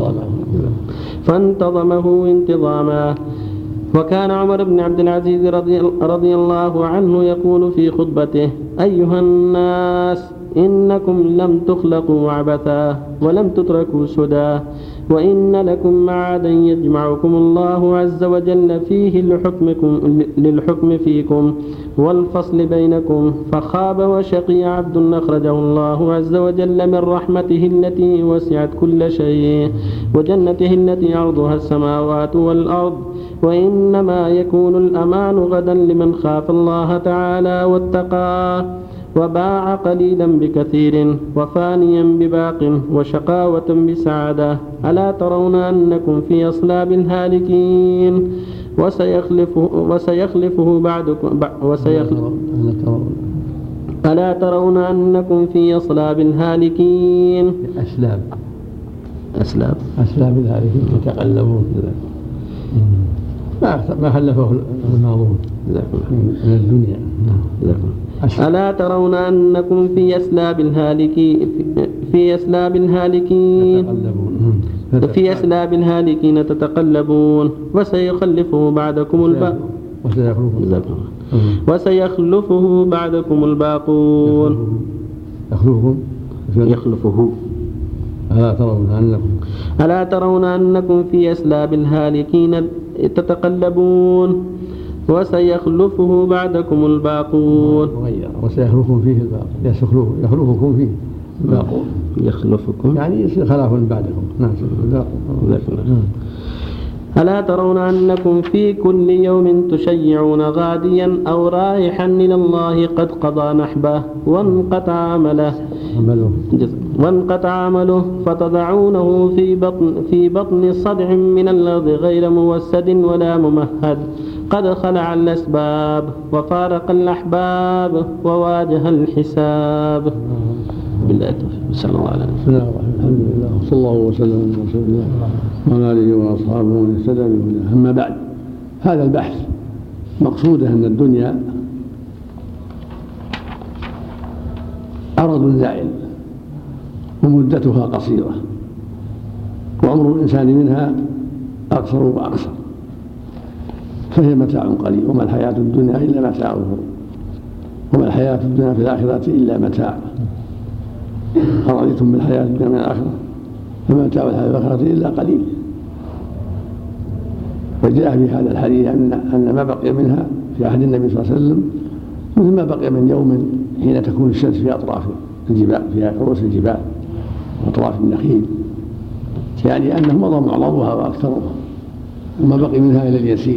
فانتظمه انتظاما. وكان عمر بن عبد العزيز رضي, رضي الله عنه يقول في خطبته: أيها الناس، إنكم لم تخلقوا عبثا ولم تتركوا سدى، وإن لكم معادا يجمعكم الله عز وجل فيه لحكمكم للحكم فيكم والفصل بينكم، فخاب وشقي عبد أخرجه الله عز وجل من رحمته التي وسعت كل شيء وجنته التي عرضها السماوات والأرض. وإنما يكون الأمان غدا لمن خاف الله تعالى واتقاه، وباع قليلا بكثير، وفانيا بباق، وشقاوة بسعادة. ألا ترون أنكم في أصلاب الهالكين وسيخلفه, وسيخلفه بعدكم وسيخلف ألا ترون أنكم في أصلاب الهالكين أسلاب أسلاب أسلاب الهالكين يتقلبون ما خلفه الماضون من الدنيا. ألا ترون أنكم في أسلاب الهالكين في أسلاب الهالكين في أسلاب الهالكين تتقلبون، وسيخلفه بعدكم الباقون وسيخلفه بعدكم الباقون يخلفهم يخلفه ألا ترون أنكم ألا ترون أنكم في أسلاب الهالكين تتقلبون، وسيخلفه بعدكم الباقون وسيخلفكم فيه الباقون يخلفكم فيه الباقون يخلفكم يعني يصير خلاف بعدكم. نعم. ألا ترون أنكم في كل يوم تشيعون غاديا أو رايحا إلى الله قد قضى نحبه وانقطع عمله وانقطع عمله فتضعونه في بطن في بطن صدع من الأرض غير موسد ولا ممهد، قد خلع الأسباب وفارق الأحباب وواجه الحساب. بالله التوفيق. صلى الله عليه وسلم. بسم الله الرحمن الرحيم. الحمد لله وصلى الله وسلم على رسول الله وعلى آله وأصحابه ومن اهتدى بهداه. أما بعد، هذا البحث مقصوده أن الدنيا عرض زائل ومدتها قصيرة، وعمر الإنسان منها أقصر وأقصر، فهي متاع قليل، وما الحياة الدنيا إلا متاع الغرور، وما الحياة الدنيا في الآخرة إلا متاع. أرضيتم بالحياة الدنيا من الآخرة فما متاع الحياة الآخرة إلا قليل. وجاء في هذا الحديث أن أن ما بقي منها في عهد النبي صلى الله عليه وسلم مثل ما بقي من يوم حين تكون الشمس في أطراف الجبال، في رؤوس الجبال وأطراف النخيل، يعني أنه مضى معظمها وأكثرها وما بقي منها إلى اليسير.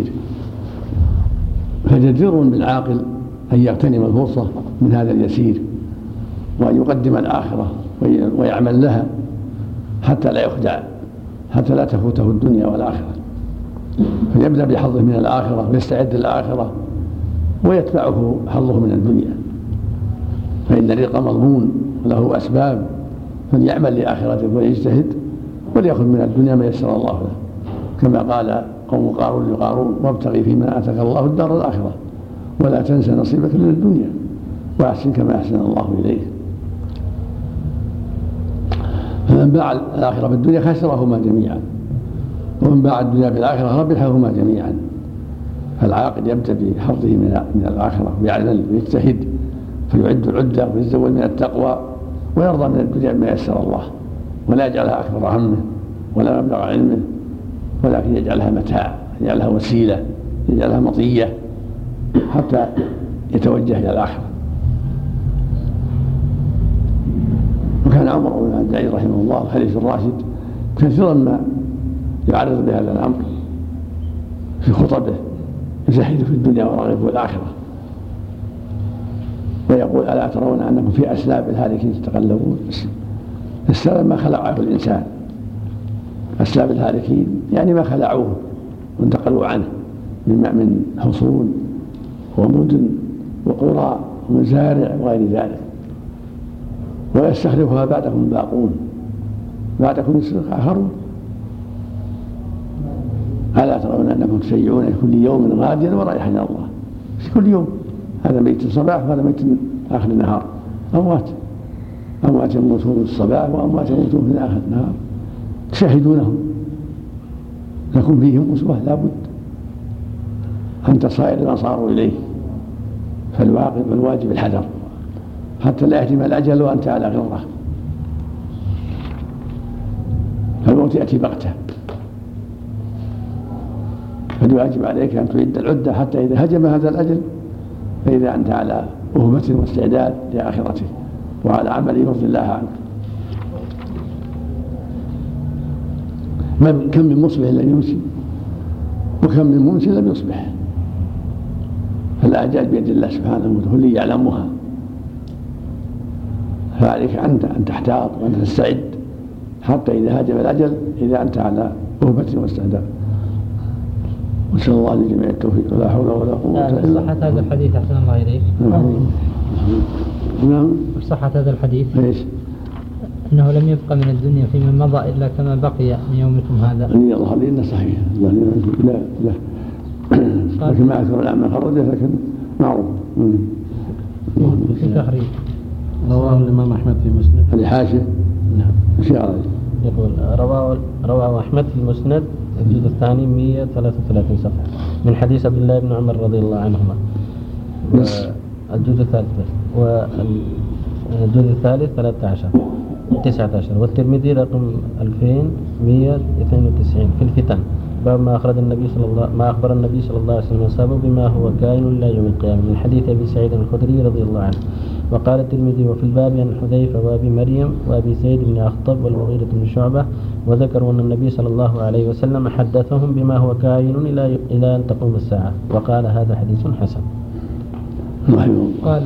فجدير بالعاقل أن يغتنم الفرصة من هذا اليسير، وأن يقدم الآخرة ويعمل لها حتى لا يخدع، حتى لا تفوته الدنيا والآخرة، فيبدأ بحظه من الآخرة ويستعد للآخرة ويتبعه حظه من الدنيا، فإن الرزق مضمون وله أسباب، فليعمل لآخرته ويجتهد وليأخذ من الدنيا ما يسر الله له، كما قال قوم قارون لقارون: وابتغي فيما آتاك الله الدار الآخرة ولا تنسى نصيبك من الدنيا وأحسن كما أحسن الله إليك. فمن باع الآخرة بالدنيا خسرهما جميعا، ومن باع الدنيا بالآخرة ربحهما جميعا. فالعاقل يبدأ بحظه من الآخرة ويعمل ويجتهد فيعد العدة ويتزود من التقوى ويرضى من الدنيا بما يسر الله، ولا يجعلها أكبر همه ولا مبلغ علمه، ولكن يجعلها متاع، يجعلها وسيلة، يجعلها مطية حتى يتوجه إلى الآخرة. وكان عمر بن عبد العزيز رحمه الله الخليفة الراشد كثيرا ما يعرض بهذا الأمر في خطبه، يزهد في الدنيا ورغب في الآخرة، ويقول: ألا ترون أنكم في أسلاب الهالكين تتقلبون؟ السلام ما خلعه الإنسان، أسلاب الهالكين يعني ما خلعوه وانتقلوا عنه من من حصون ومدن وقرى ومزارع وغير ذلك، ويستخلفها بعدكم الباقون، بعدكم آخرون. ألا ترون أنكم تشيعون كل يوم غاديا ورائحا إلى الله، في كل يوم، هذا ميت الصباح وهذا ميت آخر النهار، أموات أموات يموتون في الصباح وأموات يموتون في آخر النهار، تشاهدونهم، لكم فيهم أسوة لابد أن تصائر ما صاروا إليه، فالواقع والواجب الحذر حتى لا يهجم الأجل وأنت على غرة، فالموت يأتي بغتة، فالواجب عليك أن تعد العدة حتى إذا هجم هذا الأجل فإذا أنت على أهبة واستعداد لآخرته وعلى عمل يرضي الله عنك. كم من مصبح لم يمسي وكم من ممسي لم يصبح، فالآجال بيد الله سبحانه وتعالى هو اللي يعلمها، فعليك أنت أن تحتاط وأن تستعد حتى إذا هاجم الأجل إذا أنت على أهبة واستعداد. وصلى الله لجميع التوفيق ولا حول ولا قوة إلا بالله. صحة هذا الحديث أحسن الله إليك. نعم. صحة هذا الحديث ايش؟ أنه لم يبقى من الدنيا فيما مضى إلا كما بقي من يومكم هذا. أن الله إنه صحيح، الله لا لا لكن ما أكثر الأعمال خرجه لكن معروف. في تخريج رواه الإمام أحمد في مسند. هذه حاشية. نعم. إشارة. يقول رواه رواه أحمد في المسند الجزء الثاني مئة وثلاثة وثلاثين صفحة من حديث عبد الله بن عمر رضي الله عنهما. الجزء الثالث والجزء الثالث ثلاثة عشر تسعة عشر، والترمذي رقم ألفين ومئة واثنين وتسعين في الفتن باب ما أخرج النبي صلى الله ما أخبر النبي صلى الله عليه وسلم أصحابه بما هو كائن إلى يوم القيامة من حديث أبي سعيد الخدري رضي الله عنه. وقال الترمذي وفي الباب عن حذيفة وأبي مريم وأبي زيد بن أخطب والمغيرة بن شعبة، وذكروا أن النبي صلى الله عليه وسلم حدثهم بما هو كائن إلى إلى أن تقوم الساعة، وقال هذا حديث حسن. قال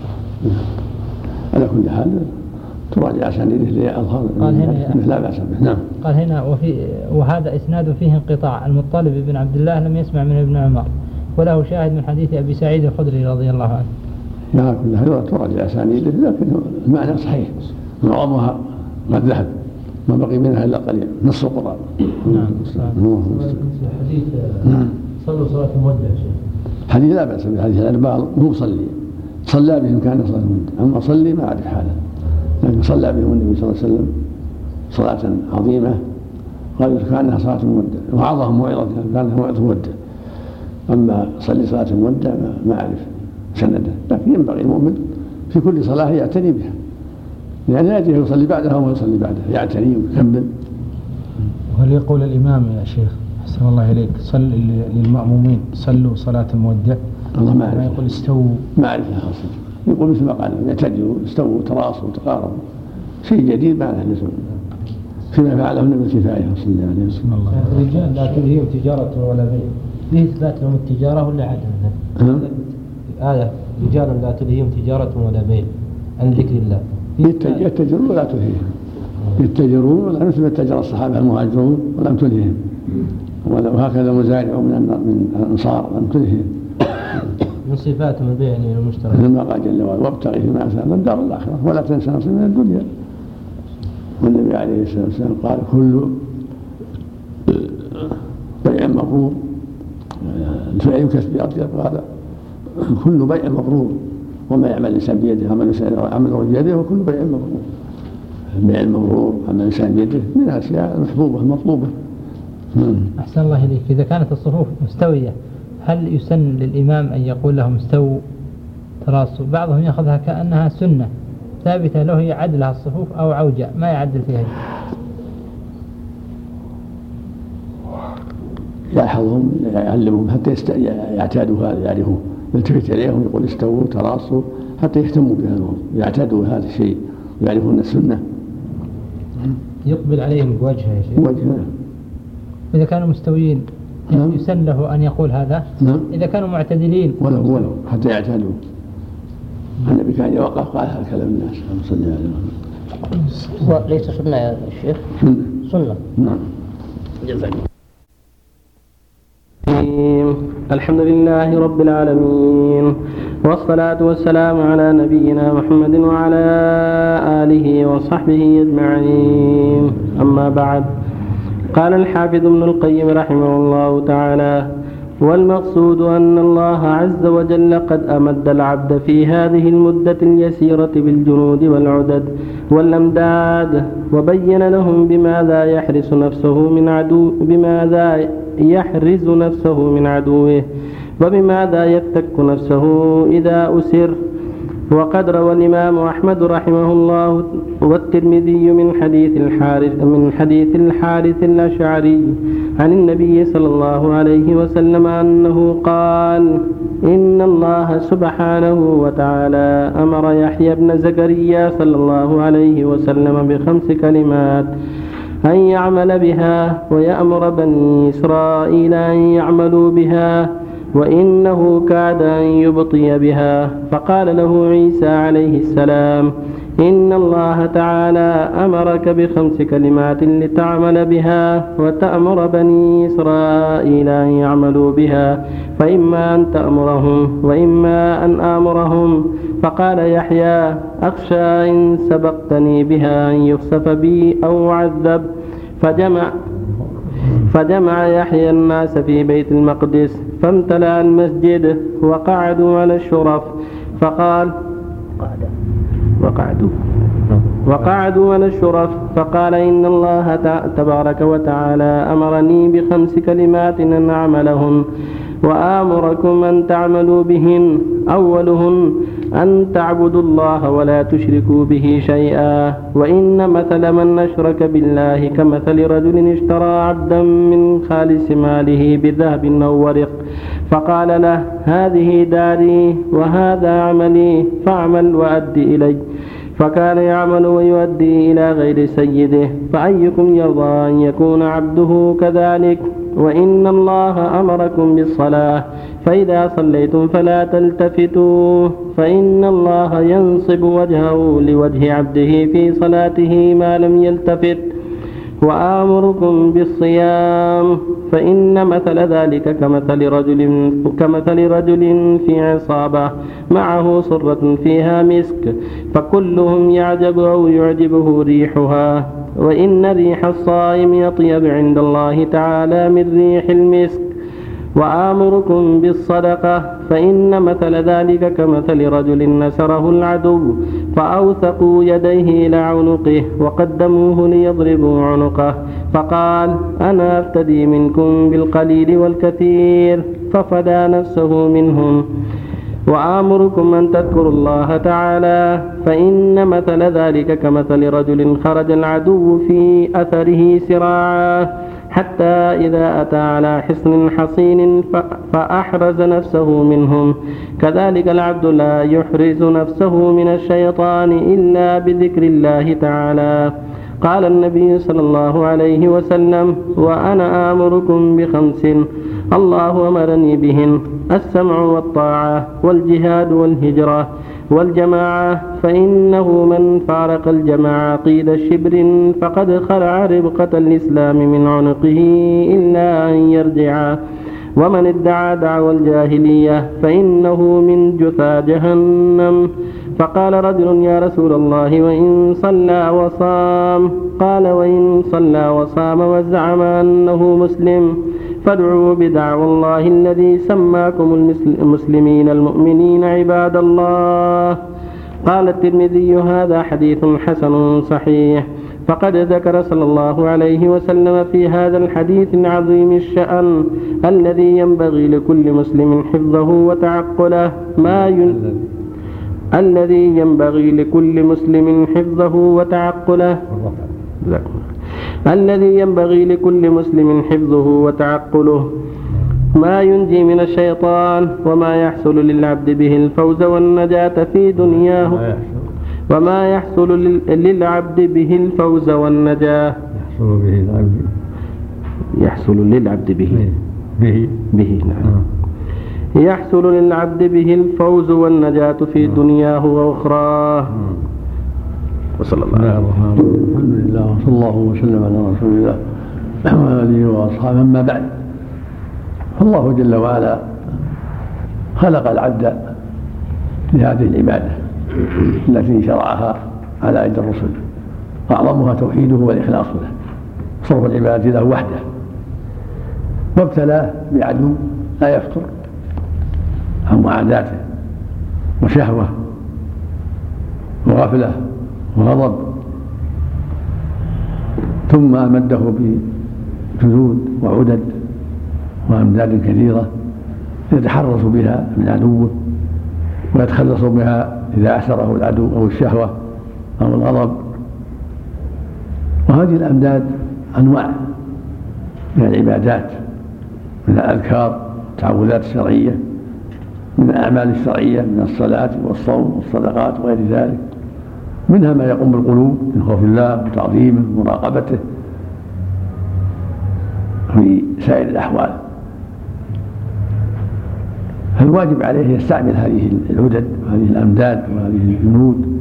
على كل حال تراجع أسانيده لأظهر لا بأس به. نعم. قال هنا وفي وهذا إسناد فيه انقطاع، المطلب بن عبد الله لم يسمع من ابن عمر، وله شاهد من حديث أبي سعيد الخدري رضي الله عنه. على كل حال تراجع أسانيده لكن المعنى صحيح، معظمها قد ذهب ما بقي منها إلا قليل نص القرآن. نعم. حديث صلوا صلاة المودع حديث لا بأس به، حديث الأربعة مو صلي صلى بهم كان صلاة المودع، أما صلي ما أعرف حاله، لكن صلى بهم النبي صلى الله عليه وسلم صلاة عظيمة قالوا كأنها صلاة المودع، وعظهم موعظة كانها موعظة مودع. أما صلي صلاة المودع ما أعرف سنده، لكن ينبغي المؤمن في كل صلاة يعتني بها، يعني لا يجي يصلي بعدها وما يصلي بعدها، يعتني ويكمل. وهل يقول الإمام يا شيخ أحسن الله إليك صل للمأمومين صلوا صلاة المودع؟ الله ما أعرف. يقول استووا؟ ما أعرف لها أصلا، يقول مثل ما قال يعتدلوا استووا تراصوا تقاربوا، شيء جديد ما له لزوم فيما فعله النبي الكفاية صلى الله عليه وسلم. الرجال لا تلهيهم تجارة ولا بيع، فيه إثبات لهم التجارة ولا عدم؟ آية رجال لا تلهيهم تجارة ولا بيع عن ذكر الله، يتجرون ولا تلهيهم، يتجرون ولا مثل تجر الصحابة المهاجرون ولم تلهيهم، وهكذا مزارع من الأنصار لم تلهيهم. من صفاتهم البيع يعني المشترك مثل ما قال جل وعلا وابتغي فيما آتاك الله الدار الآخرة ولا تنسى نصيبك من الدنيا. والنبي عليه الصلاة والسلام قال كل بيع مبرور الفعل كسب أطيب، قال كل بيع مبرور وما يعمل الإنسان بيده عمل بيده وكل بيع مبرور. البيع المبرور عمل الإنسان بيده من الأشياء المحبوبة المطلوبة. أحسن الله إليك. إذا كانت الصفوف مستوية هل يسن للإمام أن يقول لهم استووا تراصوا؟ بعضهم يأخذها كأنها سنة ثابتة له يعدلها الصفوف أو عوجة ما يعدل فيها. يلاحظهم يعلمهم حتى يعتادوا هذا، يعرفوا يلتفت إليهم يقول استووا تراصوا حتى يهتموا بهذا الموضوع، يعتادوا هذا الشيء ويعرفون السنة. يقبل عليهم بوجهه يا شيخ. وجهه. إذا كانوا مستويين نعم. يسن له أن يقول هذا. نعم. إذا كانوا معتدلين ولو ولو حتى يعتادوا. النبي كان يوقف قال هذا كلام الناس صلى الله عليه وسلم. هو ليس سنة يا شيخ؟ سنة. سنة. نعم. جزاك. الحمد لله رب العالمين، والصلاة والسلام على نبينا محمد وعلى آله وصحبه أجمعين، أما بعد. قال الحافظ ابن القيم رحمه الله تعالى: والمقصود أن الله عز وجل قد أمد العبد في هذه المدة اليسيرة بالجنود والعدد والأمداد، وبين لهم بماذا يحرس نفسه من عدو بماذا يحرز نفسه من عدوه، وبماذا يفتك نفسه إذا أسر. وقد روى الإمام أحمد رحمه الله والترمذي من حديث الحارث من حديث الحارث الأشعري عن النبي صلى الله عليه وسلم أنه قال: إن الله سبحانه وتعالى أمر يحيى بن زكريا صلى الله عليه وسلم بخمس كلمات أن يعمل بها، ويأمر بني إسرائيل أن يعملوا بها، وإنه كاد أن يبطي بها. فقال له عيسى عليه السلام: إن الله تعالى أمرك بخمس كلمات لتعمل بها وتأمر بني إسرائيل أن يعملوا بها، فإما أن تأمرهم وإما أن آمرهم. فقال يحيى: أخشى إن سبقتني بها أن يخسف بي أو أعذب. فجمع فجمع يحيى الناس في بيت المقدس فامتلأ المسجد وقعدوا على الشرف، فقال وقعدوا وقعدوا على الشرف فقال: إن الله تبارك وتعالى أمرني بخمس كلمات أن أعملهم وآمركم أن تعملوا بهن. أولهن أن تعبدوا الله ولا تشركوا به شيئا، وإن مثل من أشرك بالله كمثل رجل اشترى عبدا من خالص ماله بذهب أو ورق، فقال له: هذه داري وهذا عملي فاعمل وأدي إلي. فكان يعمل ويؤدي إلى غير سيده، فأيكم يرضى أن يكون عبده كذلك؟ وإن الله أمركم بالصلاة، فإذا صليتم فلا تلتفتوا، فإن الله ينصب وجهه لوجه عبده في صلاته ما لم يلتفت. وآمركم بالصيام، فإن مثل ذلك كمثل رجل, كمثل رجل في عصابة معه صرة فيها مسك، فكلهم يعجب أو يعجبه ريحها، وإن ريح الصائم يطيب عند الله تعالى من ريح المسك. وآمركم بالصدقة، فإن مثل ذلك كمثل رجل نسره العدو فأوثقوا يديه إلى عنقه وقدموه ليضربوا عنقه، فقال: أنا أفتدي منكم بالقليل والكثير، ففدى نفسه منهم. وآمركم أن تذكروا الله تعالى، فإن مثل ذلك كمثل رجل خرج العدو في أثره سراعا حتى إذا أتى على حصن حصين فأحرز نفسه منهم. كذلك العبد لا يحرز نفسه من الشيطان إلا بذكر الله تعالى. قال النبي صلى الله عليه وسلم: وأنا آمركم بخمس الله أمرني بهن: السمع والطاعة والجهاد والهجرة والجماعة، فإنه من فارق الجماعة قيد شبر فقد خلع ربقة الإسلام من عنقه إلا أن يرجع. ومن ادعى دعوى الجاهلية فإنه من جثى جهنم. فقال رجل: يا رسول الله، وإن صلى وصام؟ قال: وإن صلى وصام وزعم أنه مسلم فادعوا بدعوى الله الذي سماكم المسلمين المؤمنين عباد الله. قال الترمذي: هذا حديث حسن صحيح. فقد ذكر صلى الله عليه وسلم في هذا الحديث العظيم الشأن الذي ينبغي لكل مسلم حفظه وتعقله ما ين... الذي ينبغي لكل مسلم حفظه وتعقله الذي ينبغي لكل مسلم حفظه وتعقله ما ينجي من الشيطان وما يحصل للعبد به الفوز والنجاة في دنياه وما يحصل للعبد به الفوز والنجاة يحصل به العبد يحصل للعبد به به به نعم يحصل للعبد به الفوز والنجاة في دنياه وأخراه. وصلى الله عليه وسلم. الحمد لله وصلى الله وسلم على رسول الله وعلى آله وأصحابه. أما بعد، فالله جل وعلا خلق العبد لهذه العبادة التي شرعها على أيدي الرسل، أعظمها توحيده والإخلاص له، صرف العبادة له وحده، وابتلاه بعدو لا يفتر عن معاداته وشهوة وغفلة وغضب، ثم أمده بجنود وعدد وأمداد كثيرة يتحرص بها من عدوه ويتخلص بها إذا أسره العدو أو الشهوة أو الغضب. وهذه الأمداد أنواع من العبادات، من الأذكار والتعوذات الشرعية، من الأعمال الشرعية من الصلاة والصوم والصدقات وغير ذلك، منها ما يقوم بالقلوب من خوف الله وتعظيمه ومراقبته في سائر الأحوال. فالواجب عليه يستعمل هذه العدد وهذه الأمداد وهذه الجنود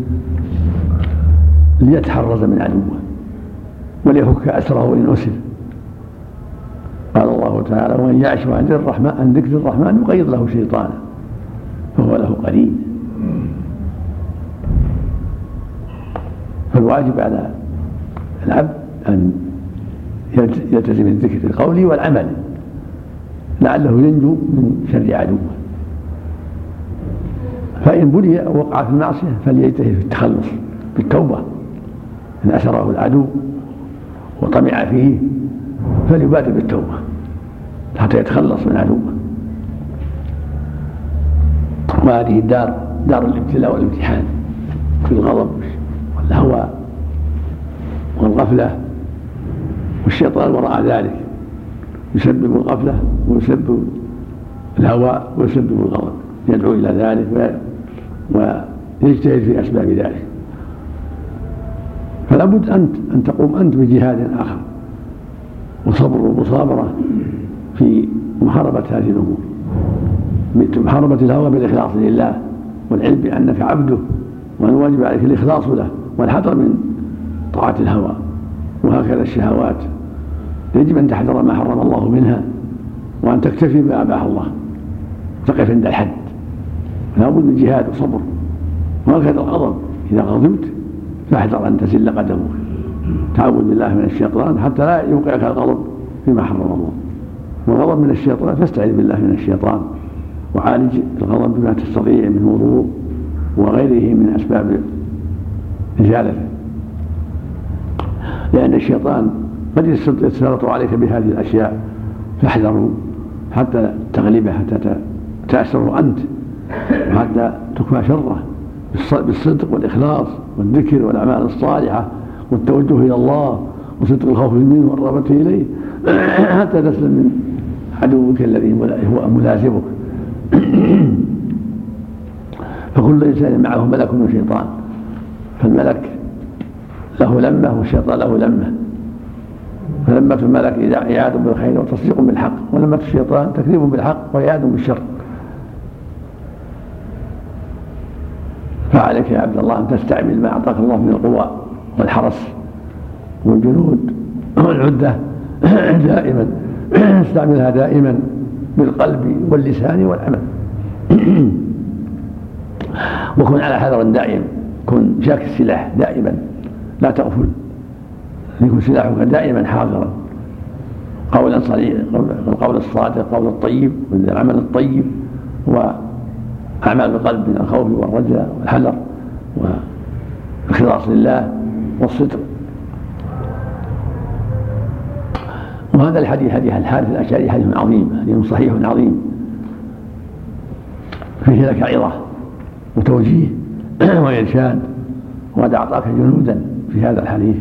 ليتحرز من عدوه وليفك أسره إن أسر. قال الله تعالى: ومن يعش عن الرحمن عن ذكر الرحمن يقيض له شيطانا فهو له قرين. فالواجب على العبد أن يلتزم الذكر القولي والعمل لعله ينجو من شر عدوه. فإن بلي أو وقع في المعصية فليجتهد في التخلص بالتوبة. إن أسره العدو وطمع فيه فليبادر بالتوبة حتى يتخلص من عدوه. وهذه الدار دار الابتلاء والامتحان في الغضب والهوى والغفلة، والشيطان وراء ذلك يسبب الغفلة ويسبب الهوى ويسبب الغضب، يدعو إلى ذلك ويجتهد في أسباب ذلك. فلا بد أنت أن تقوم أنت بجهاد آخر وصبر ومصابرة في محاربة هذه الأمور، محاربة الهوى بالإخلاص لله والعلم بأنك عبده وأن الواجب عليك الإخلاص له والحذر من طاعة الهوى. وهكذا الشهوات يجب أن تحذر ما حرم الله منها وأن تكتفي بما أباح الله، تقف عند الحد. لا بد من جهاد وصبر. وهكذا الغضب، إذا غضبت فاحذر أن تزل قدمك، تعوذ بالله من الشيطان حتى لا يوقعك الغضب فيما حرم الله. والغضب من الشيطان فاستعذ بالله من الشيطان وعالج الغضب بما تستطيع من وضوء وغيره من أسباب إزالته، لأن الشيطان قد يتسلط عليك بهذه الأشياء، فاحذروا حتى تغلبه، حتى تأسره أنت، وحتى تكفى شره بالصدق والإخلاص والذكر والأعمال الصالحة والتوجه إلى الله وصدق الخوف منه والرغبة إليه حتى تسلم من عدوك الذي هو ملازمك. فكل إنسان معه ملك وشيطان، فالملك له لمة والشيطان له لمة. فلمة الملك إعاد بالخير وتصديق بالحق، ولمة الشيطان تكذيب بالحق وإعاد بالشر. فعليك يا عبد الله أن تستعمل ما أعطاك الله من القوى والحرس والجنود والعدة دائما، استعملها دائما بالقلب واللسان والعمل. وكن على حذر دائم، كن شاك السلاح دائما، لا تغفل، يكون سلاحك دائما حاضرا، قولا صريحا، القول الصادق، القول الطيب والعمل الطيب، وأعمال القلب من الخوف والرجاء والحذر والإخلاص لله والصدق وهذا الحديث حديث الحارث الأشعري حديث عظيم، حديث صحيح عظيم فيه لك عظة وتوجيه وإرشاد، وقد أعطاك جنودا في هذا الحديث.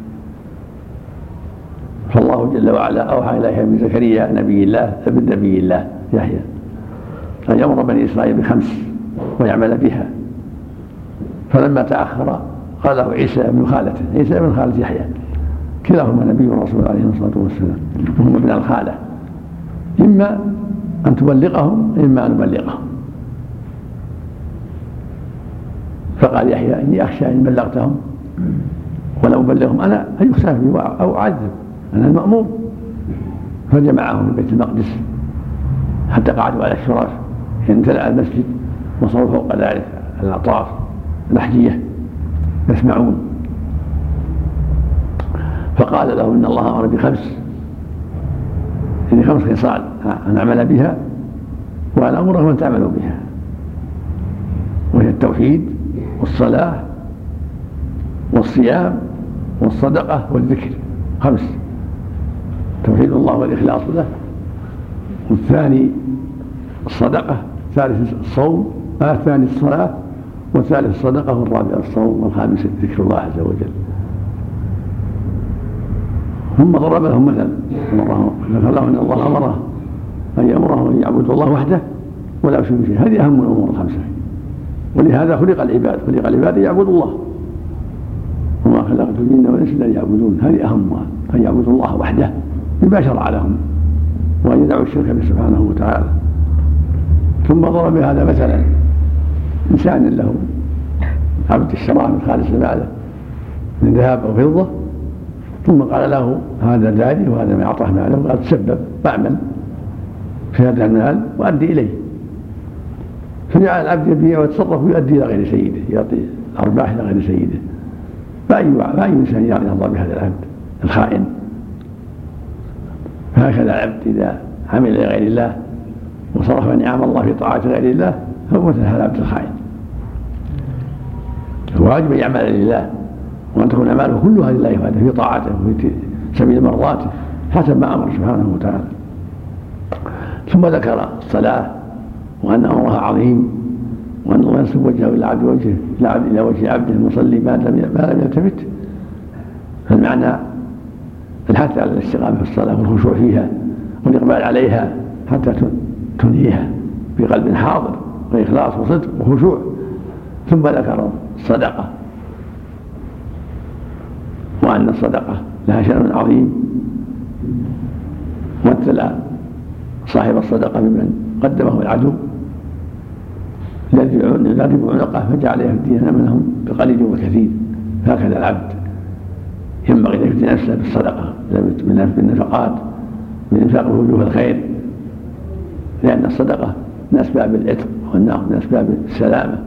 فالله جل وعلا أوحى إلى يحيى بن زكريا نبي الله ابن نبي الله يحيى أن يأمر بني إسرائيل بخمس ويعمل بها، فلما تأخر قال له عيسى بن خالته، عيسى بن خالة يحيى، كلاهما نبي ورسول عليه الصلاة والسلام، وهم ابن الخالة، إما أن تبلغهم إما أن نبلغهم. فقال يحيى إني أخشى إن بلغتهم ولو أبلغهم أنا أن يخسف بي أو أعذب، أنا المأمور. فجمعهم في بيت المقدس حتى قعدوا على الشراف، امتلأ المسجد وصاروا فوق ذلك الأطراف الأحجية يسمعون. فقال له إن الله أمر بخمس، يعني خمس خصال أن أعمل بها وأن أمرهم أن تعملوا بها، وهي التوحيد والصلاة والصيام والصدقة والذكر، خمس: توحيد الله والإخلاص له، والثاني الصدقة، الثالث الصوم، الثاني الصلاة، والثالث الصدقة، والرابع الصوم، والخامس ذكر الله عز وجل. ثم ضرب لهم مثل ذكر لهم ان الله امره ان يامرهم ان يعبدوا الله وحده ولا يشركوا به، هذه اهم الامور الخمسه، ولهذا خلق العباد، خلق العباد ليعبدوا الله، وما خلقت الجن والانس الا ليعبدون، هذه اهمها، ان يعبدوا الله وحده بما شرع لهم وان يدعوا الشرك به سبحانه وتعالى. ثم ضرب هذا مثلا انسان له عبد اشتراه من خالص ماله من ذهب او فضه، ثم قال له هذا داري وهذا ما أعطاه ماله، وقال تسبب واعمل في هذا المال وأدي إليه. فجعل العبد يبيع ويتصرف ويؤدي إلى غير سيده، يعطي الأرباح إلى غير سيده. فأي إنسان يرضى بهذا العبد الخائن؟ فهكذا العبد إذا عمل لغير الله وصرف نعم الله في طاعة غير الله فهو مثل هذا العبد الخائن. الواجب أن يعمل لله وأن تكون أعماله كلها لله وحده في طاعته وفي سبيل مرضاته حسب ما أمر سبحانه وتعالى. ثم ذكر الصلاة وأن أمرها عظيم، وأن الله ينسب وجهه إلى عبد وجهه إلى وجه عبده المصلي ما لم ما لم يلتفت. فالمعنى الحث على الاستقامة في الصلاة والخشوع فيها والإقبال عليها حتى تنهيها بقلب حاضر وإخلاص وصدق وخشوع. ثم ذكر الصدقة وأن الصدقة لها شأن عظيم، مثل صاحب الصدقة بمن قدمه العدو الذي يضرب عنقه فجعل يهدينا منهم بقليل وكثير. هكذا العبد ينبغي أن يفتي نفسه بالصدقة من النفقات، من إنفاق وجوه الخير، لأن الصدقة من أسباب العتق والنار من أسباب السلامة.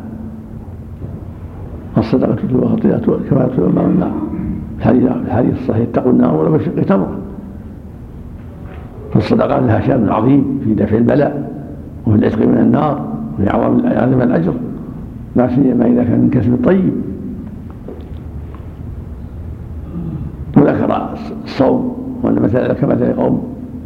الصدقة تطلب خطيئة كما تطلب الماء والنار. الحديث الصحيح اتقوا النار ولو بشق تمرة. فالصدقات لها شأن عظيم في دفع البلاء وفي العتق من النار وفي عظم الأجر، لا سيما إذا كان من كسب الطيب. وذكر الصوم وأن مثلا كمثل قوم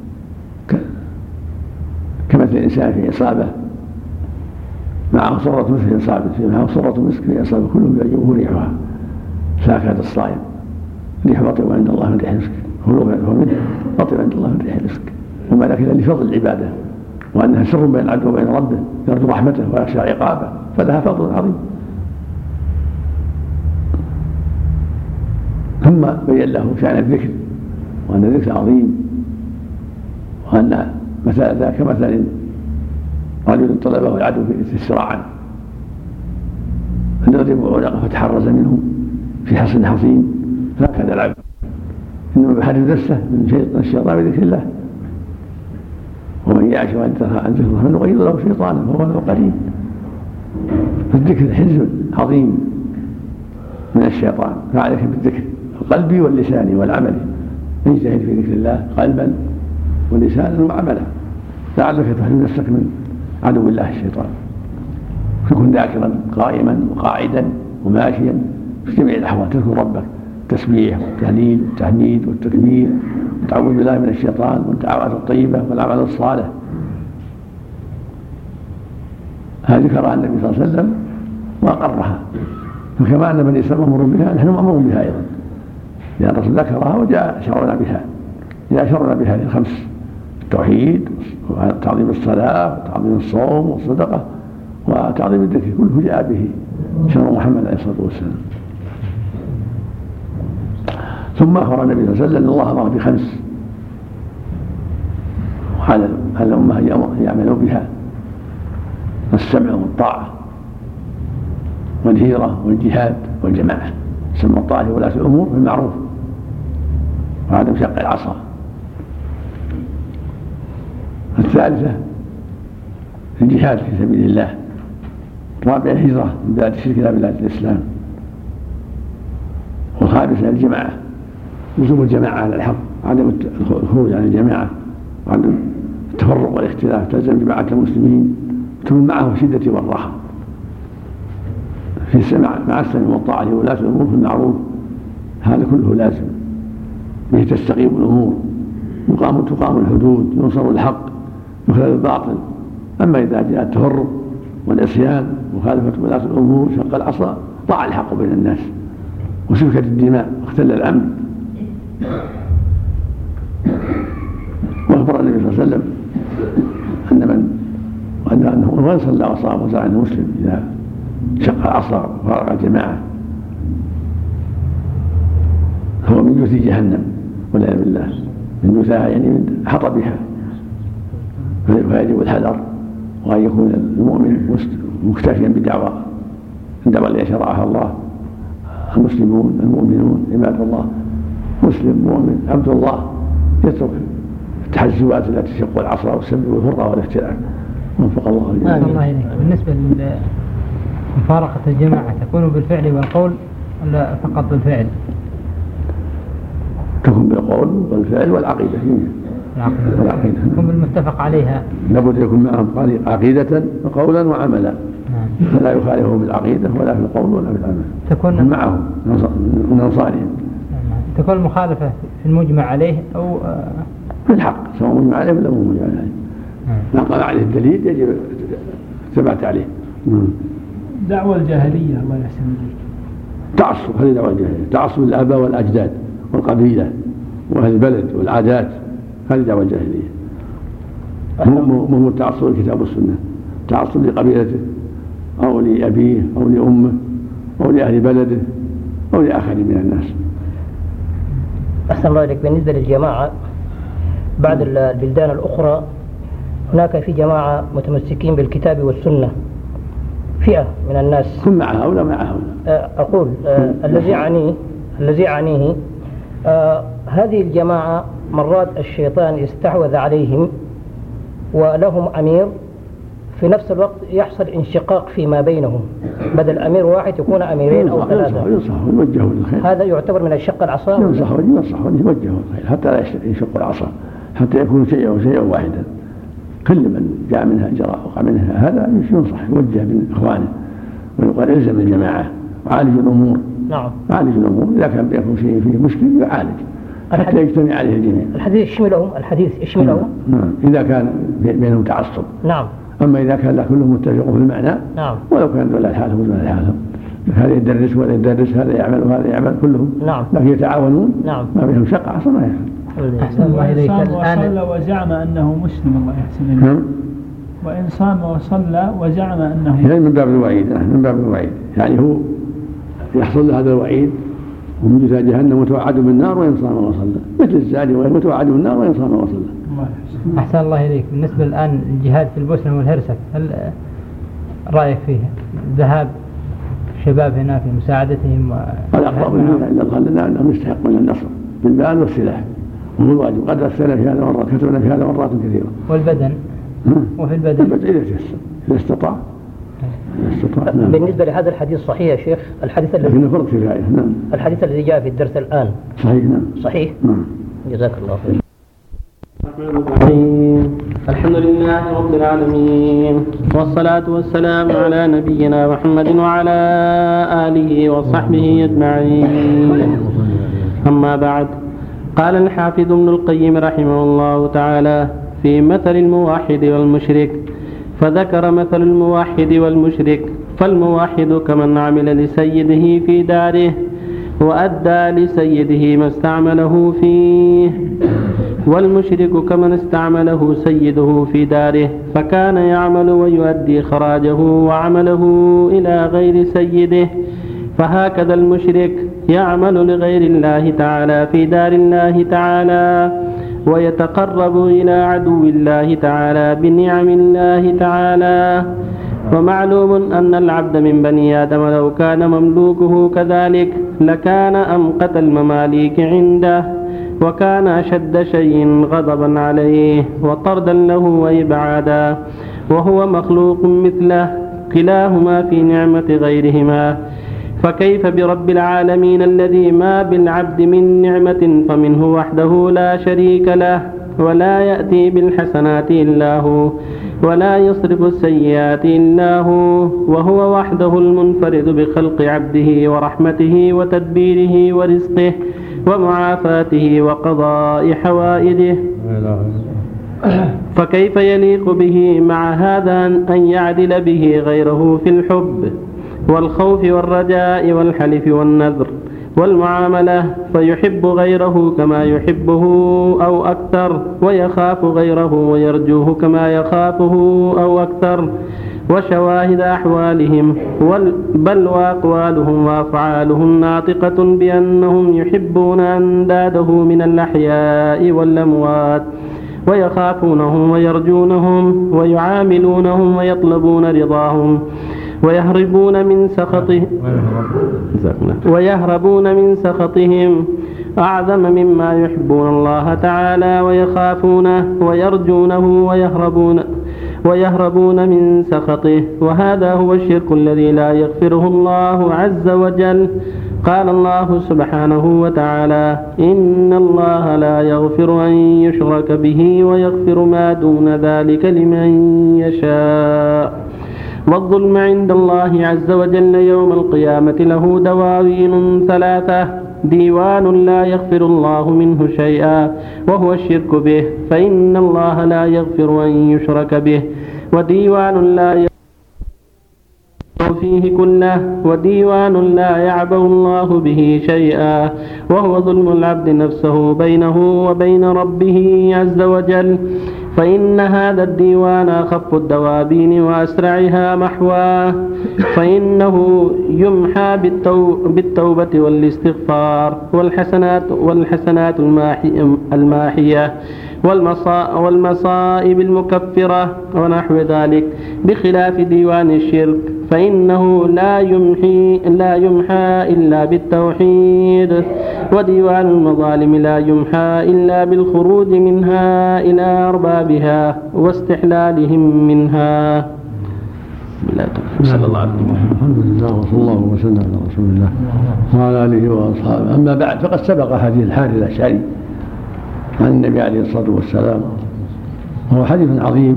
كمثل الإنسان في إصابة معه صرة مسك في إصابة معه صرة مسك في إصابة كله يعجبه ريحها، فهكذا الصائم ريح بطيء عند الله من ريح المسك، هو منه بطيء عند الله من ريح المسك. وما ذلك إلا لفضل العبادة وأنها سر بين العبد وبين ربه، يرجو رحمته ويخشى عقابه، فلها فضل عظيم. ثم بين له شأن الذكر وأن الذكر عظيم، وأن مثل ذاك كمثل رجل طلبه العدو في الصراع أن يضرب عنقه فتحرز منه في حصن حصين. هكذا العبد إنما يحرز نفسه من الشيطان بذكر الله، ومن يعش عن ذكر الله فنقيض له شيطانا فهو له قرين. فالذكر حرز عظيم من الشيطان، فعليك بالذكر القلبي واللساني والعملي، اجتهد في ذكر الله قلبا ولسانا وعملا لعلك تحرز نفسك من عدو الله الشيطان. فكن ذاكرا قائما وقاعدا وماشيا في جميع الأحوال، تذكر ربك، التسبيح والتهليل والتحميد والتكبير التعوذ بالله من الشيطان والدعوات الطيبة والأعمال الصالح. هذه ذكرها النبي صلى الله عليه وسلم وأقرها، فكما أن بني إسرائيل مأمور بها نحن مأمورون بها أيضا، لأن الرسول ذكرها وجاء شرعنا بها، جاء شرعنا بهذه الخمس: التوحيد وتعظيم الصلاة وتعظيم الصوم والصدقة وتعظيم الذكر، كله جاء به شرع محمد عليه الصلاة والسلام. ثم أخبر النبي صلى الله عليه وسلم أن الله أمر بخمس وعلى الأمة أن يعملوا بها: السمع والطاعة والهيرة والجهاد والجماعة. السمع والطاعة لولاة الأمور بالمعروف وعدم شق العصا. الثالثة الجهاد في سبيل الله. الرابعة الهجرة من بلاد الشرك إلى بلاد الإسلام. والخامسة الجماعة، لزوم الجماعة على الحق، عدم الخروج عن الجماعة وعدم التفرق والاختلاف، تلزم جماعة المسلمين تكون معه الشدة والراحة في السمع مع السمع والطاعة لولاة الأمور في المعروف. هذا كله لازم، به تستقيم الأمور، يقام تقام الحدود، ينصر الحق، يخلل الباطل. أما إذا جاء التفرق والعصيان ومخالفة ولاة الأمور شق العصا ضاع الحق بين الناس وسفكت الدماء واختل الأمن. وأخبر النبي صلى الله عليه وسلم أن من أنه من صلى وصام وزعل المسلم إذا شق العصا وفارق الجماعة هو من جثي جهنم والعياذ بالله، من جثاها يعني من حطبها. فيجب الحذر وأن يكون المؤمن مكتفيا بدعوى الدعوة التي شرعها الله. المسلمون المؤمنون عباد الله، مسلم مؤمن عبد الله، يترك التحزبات التي تشق العصا والسب والفرقة والاختلاف. وفق الله الجميع. الله إليك. بالنسبة لمفارقة الجماعة تكون بالفعل والقول ولا فقط بالفعل؟ تكون بالقول والفعل والعقيدة. والعقيدة تكون بالمتفق عليها. لابد يكون معهم عقيدة وقولا وعملا، فلا يخالفهم بالعقيدة ولا في القول ولا في العمل. تكون معهم من أنصارهم. تكون المخالفة في المجمع عليه أو في الحق، سواء مجمع عليه ولا مو مجمع عليه. ما قام عليه الدليل يجب الثبات عليه. دعوة الجاهلية الله يحسن إليك. تعصب، هذه دعوة الجاهلية، تعصب الآباء والأجداد والقبيلة وأهل البلد والعادات، هذه دعوة الجاهلية. مو مو التعصب الكتاب والسنة، تعصب لقبيلته أو لأبيه أو لأمه أو لأهل بلده أو لآخرين من الناس. أحسن الله إليك. بالنسبة للجماعة بعد البلدان الأخرى هناك في جماعة متمسكين بالكتاب والسنة، فئة من الناس. كن معها أو لا معها؟ أقول آه الذي يعنيه الذي يعنيه آه هذه الجماعة مرات الشيطان يستحوذ عليهم ولهم أمير، في نفس الوقت يحصل انشقاق فيما بينهم، بدل أمير واحد يكون أميرين أو ثلاثة. ينصح ويوجهوا للخير. هذا يعتبر من الشق العصا. ينصح وينصح ويوجهوا للخير حتى لا ينشق العصا، حتى يكون شيئا شيئا واحدا. كل من جاء منها جراء وقع منها هذا ينصح يوجه من إخوانه ويقال الزم الجماعة وعالج الأمور. نعم. عالج الأمور، إذا كان بيكون شيء فيه مشكل يعالج حتى يجتمع عليه الجميع. الحديث يشملهم، الحديث يشملهم. نعم، إذا كان بينهم تعصب. نعم. أما إذا كان لا كلهم متفقون في المعنى. نعم. ولو كان ولا حالهم ولا حالهم، هذا يدرس ولا يدرس، هذا يعمل وهذا يعمل، كلهم. نعم. لكن يتعاونون. نعم. ما بينهم شق عصا ما يحصل. أحسن الله إليك. الآن وصلى وزعم أنه مسلم الله يحسن إليك. نعم. وإن صام وصلى وزعم أنه يعني من باب الوعيد، من باب الوعيد، يعني هو يحصل له هذا الوعيد ومن جزاء جهنم متوعد بالنار وإن صام وصلى، مثل الزاني وإن متوعد بالنار وإن صام وصلى. أحسن الله إليك. بالنسبة الآن الجهاد في البوسنة والهرسك، هل رأيك فيه ذهاب الشباب هناك لمساعدتهم؟ قال أقرب منا إلا الله لنا أنهم يستحقون النصر بالمال والسلاح، وهو الواجب. قد أرسلنا في هذا مرات، كتبنا في هذا مرات كثيرة. والبدن؟ وفي البدن؟ البدن إذا تيسر، إذا استطاع. استطاع. نعم. بالنسبة لهذا الحديث صحيح يا شيخ؟ الحديث الذي لكن فرق كفاية. نعم. الحديث الذي جاء في الدرس الآن صحيح. نعم. صحيح. نعم. جزاك الله خير. الحمد لله رب العالمين، والصلاة والسلام على نبينا محمد وعلى آله وصحبه أجمعين. أما بعد، قال الحافظ ابن القيم رحمه الله تعالى في مثل الموحد والمشرك، فذكر مثل الموحد والمشرك، فالموحد كمن عمل لسيده في داره وأدى لسيده ما استعمله فيه، والمشرك كمن استعمله سيده في داره فكان يعمل ويؤدي خراجه وعمله إلى غير سيده، فهكذا المشرك يعمل لغير الله تعالى في دار الله تعالى ويتقرب إلى عدو الله تعالى بنعم الله تعالى. ومعلوم أن العبد من بني آدم لو كان مملوكه كذلك لكان أمقت المماليك عنده، وكان أشد شيء غضبا عليه وطردا له وإبعادا، وهو مخلوق مثله، كلاهما في نعمة غيرهما. فكيف برب العالمين الذي ما بالعبد من نعمة فمنه وحده لا شريك له، ولا يأتي بالحسنات إلا هو، ولا يصرف السيئات إلا هو، وهو وحده المنفرد بخلق عبده ورحمته وتدبيره ورزقه ومعافاته وقضاء حوائجه. فكيف يليق به مع هذا أن يعدل به غيره في الحب والخوف والرجاء والحلف والنذر والمعاملة، فيحب غيره كما يحبه أو أكثر، ويخاف غيره ويرجوه كما يخافه أو أكثر. وشواهد أحوالهم بل وأقوالهم وأفعالهم ناطقة بأنهم يحبون أنداده من الأحياء والأموات، ويخافونهم ويرجونهم ويعاملونهم ويطلبون رضاهم، ويهربون من سخطهم ويهربون من سخطهم أعظم مما يحبون الله تعالى ويخافونه ويرجونه ويهربون ويهربون من سخطه، وهذا هو الشرك الذي لا يغفره الله عز وجل. قال الله سبحانه وتعالى: إن الله لا يغفر أن يشرك به ويغفر ما دون ذلك لمن يشاء. والظلم عند الله عز وجل يوم القيامة له دواوين ثلاثة: ديوان لا يغفر الله منه شيئا وهو الشرك به، فإن الله لا يغفر أن يشرك به، وديوان لا يغفر فيه كله، وديوان لا يعبأ الله به شيئا وهو ظلم العبد نفسه بينه وبين ربه عز وجل. فإن هذا الديوان أخف الدوابين وأسرعها محواه، فإنه يمحى بالتوبة والاستغفار والحسنات والحسنات الماحية والمصائب المكفرة ونحو ذلك، بخلاف ديوان الشرك فإنه لا يمحي لا يمحى إلا بالتوحيد، وديوان المظالم لا يمحى إلا بالخروج منها إلى أربابها واستحلالهم منها. صلى الله عليه وسلم. الحمد لله وصلى الله وسلم على رسول الله وعلى آله وأصحابه. أما بعد، فقد سبق حديث الحارث الأشعري عن النبي عليه الصلاة والسلام، وهو حديث عظيم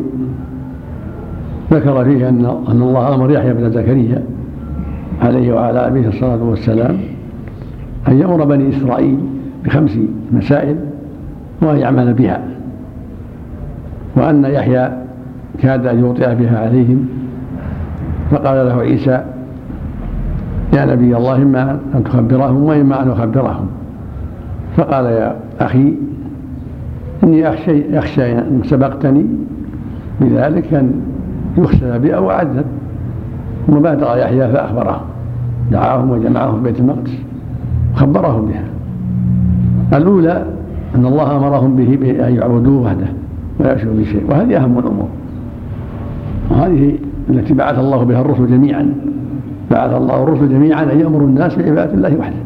ذكر فيه أن أن الله أمر يحيى بن زكريا عليه وعلى أبيه الصلاة والسلام أن يأمر بني إسرائيل بخمس مسائل وأن يعمل بها، وأن يحيى كاد أن يوطئ بها عليهم، فقال له عيسى: يا نبي الله، إما أن تخبرهم وإما أن أخبرهم. فقال: يا أخي، إني أخشى, أخشى أن سبقتني بذلك أن يخسر بي أو أعذب. ثم بادر يحيى فأخبرهم، دعاهم وجمعهم في بيت المقدس وخبرهم بها. الأولى أن الله أمرهم به بأن يعبدوه وحده ولا يشركوا به شيء، وهذه أهم الأمور، وهذه التي بعث الله بها الرسل جميعا. بعث الله الرسل جميعا أن يأمروا الناس بعبادة الله وحده.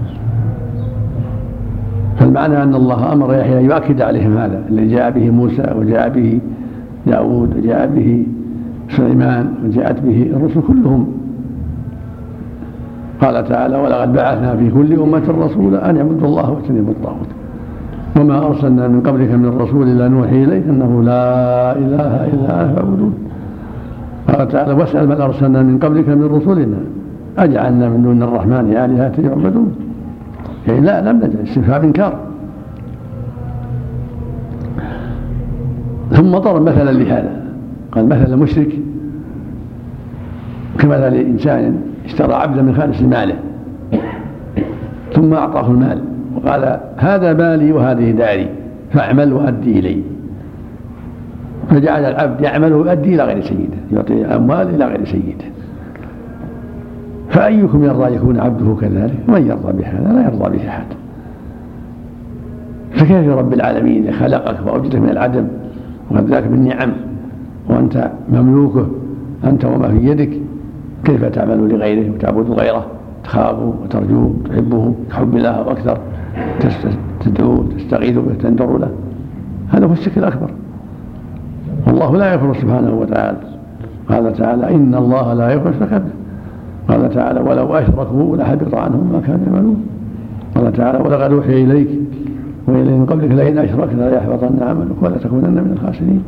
فالمعنى أن الله أمر يحيى يؤكد عليهم هذا الذي جاء به موسى وجاء به داود وجاء به سليمان وجاءت به الرسل كلهم. قال تعالى: ولقد بعثنا في كل أمة رسولا أن يعبدوا الله واجتنبوا الطاغوت وما أرسلنا من قبلك من رسول إلا نوحي إليك أنه لا إله إلا أنا فاعبدون. قال تعالى: واسأل من أرسلنا من قبلك من رسلنا أجعلنا من دون الرحمن آلهة يعبدون. يعني لا لم نجعل استفهام إنكار، ثم ضرب مثلا لهذا، قال مثل المشرك كمثل إنسان اشترى عبدا من خالص ماله ثم أعطاه المال وقال هذا مالي وهذه داري فاعمل وأدي إلي، فجعل العبد يعمل ويؤدي إلى غير سيده، يعطي أموال إلى غير سيده. فأيكم يرضى يكون عبده كذلك؟ من يرضى بهذا؟ لا يرضى به أحد. فكيف رب العالمين خلقك وأوجدك من العدم وغذاك بالنعم وأنت مملوكه أنت وما في يدك، كيف تعمل لغيره وتعبد غيره، تخافه وترجوه وتحبه كحب الله أو أكثر، تدعوه تستغيث به تندر له؟ هذا هو الشرك الأكبر، والله لا يغفر سبحانه وتعالى. قال تعالى إن الله لا يغفر الشرك به. قال تعالى ولو أشركوا لحبط عنهم ما كانوا يعملون. قال تعالى ولقد أوحي إليك وإلى من قبلك لئن أشركت ليحبطن عملك ولا تكونن من الخاسرين.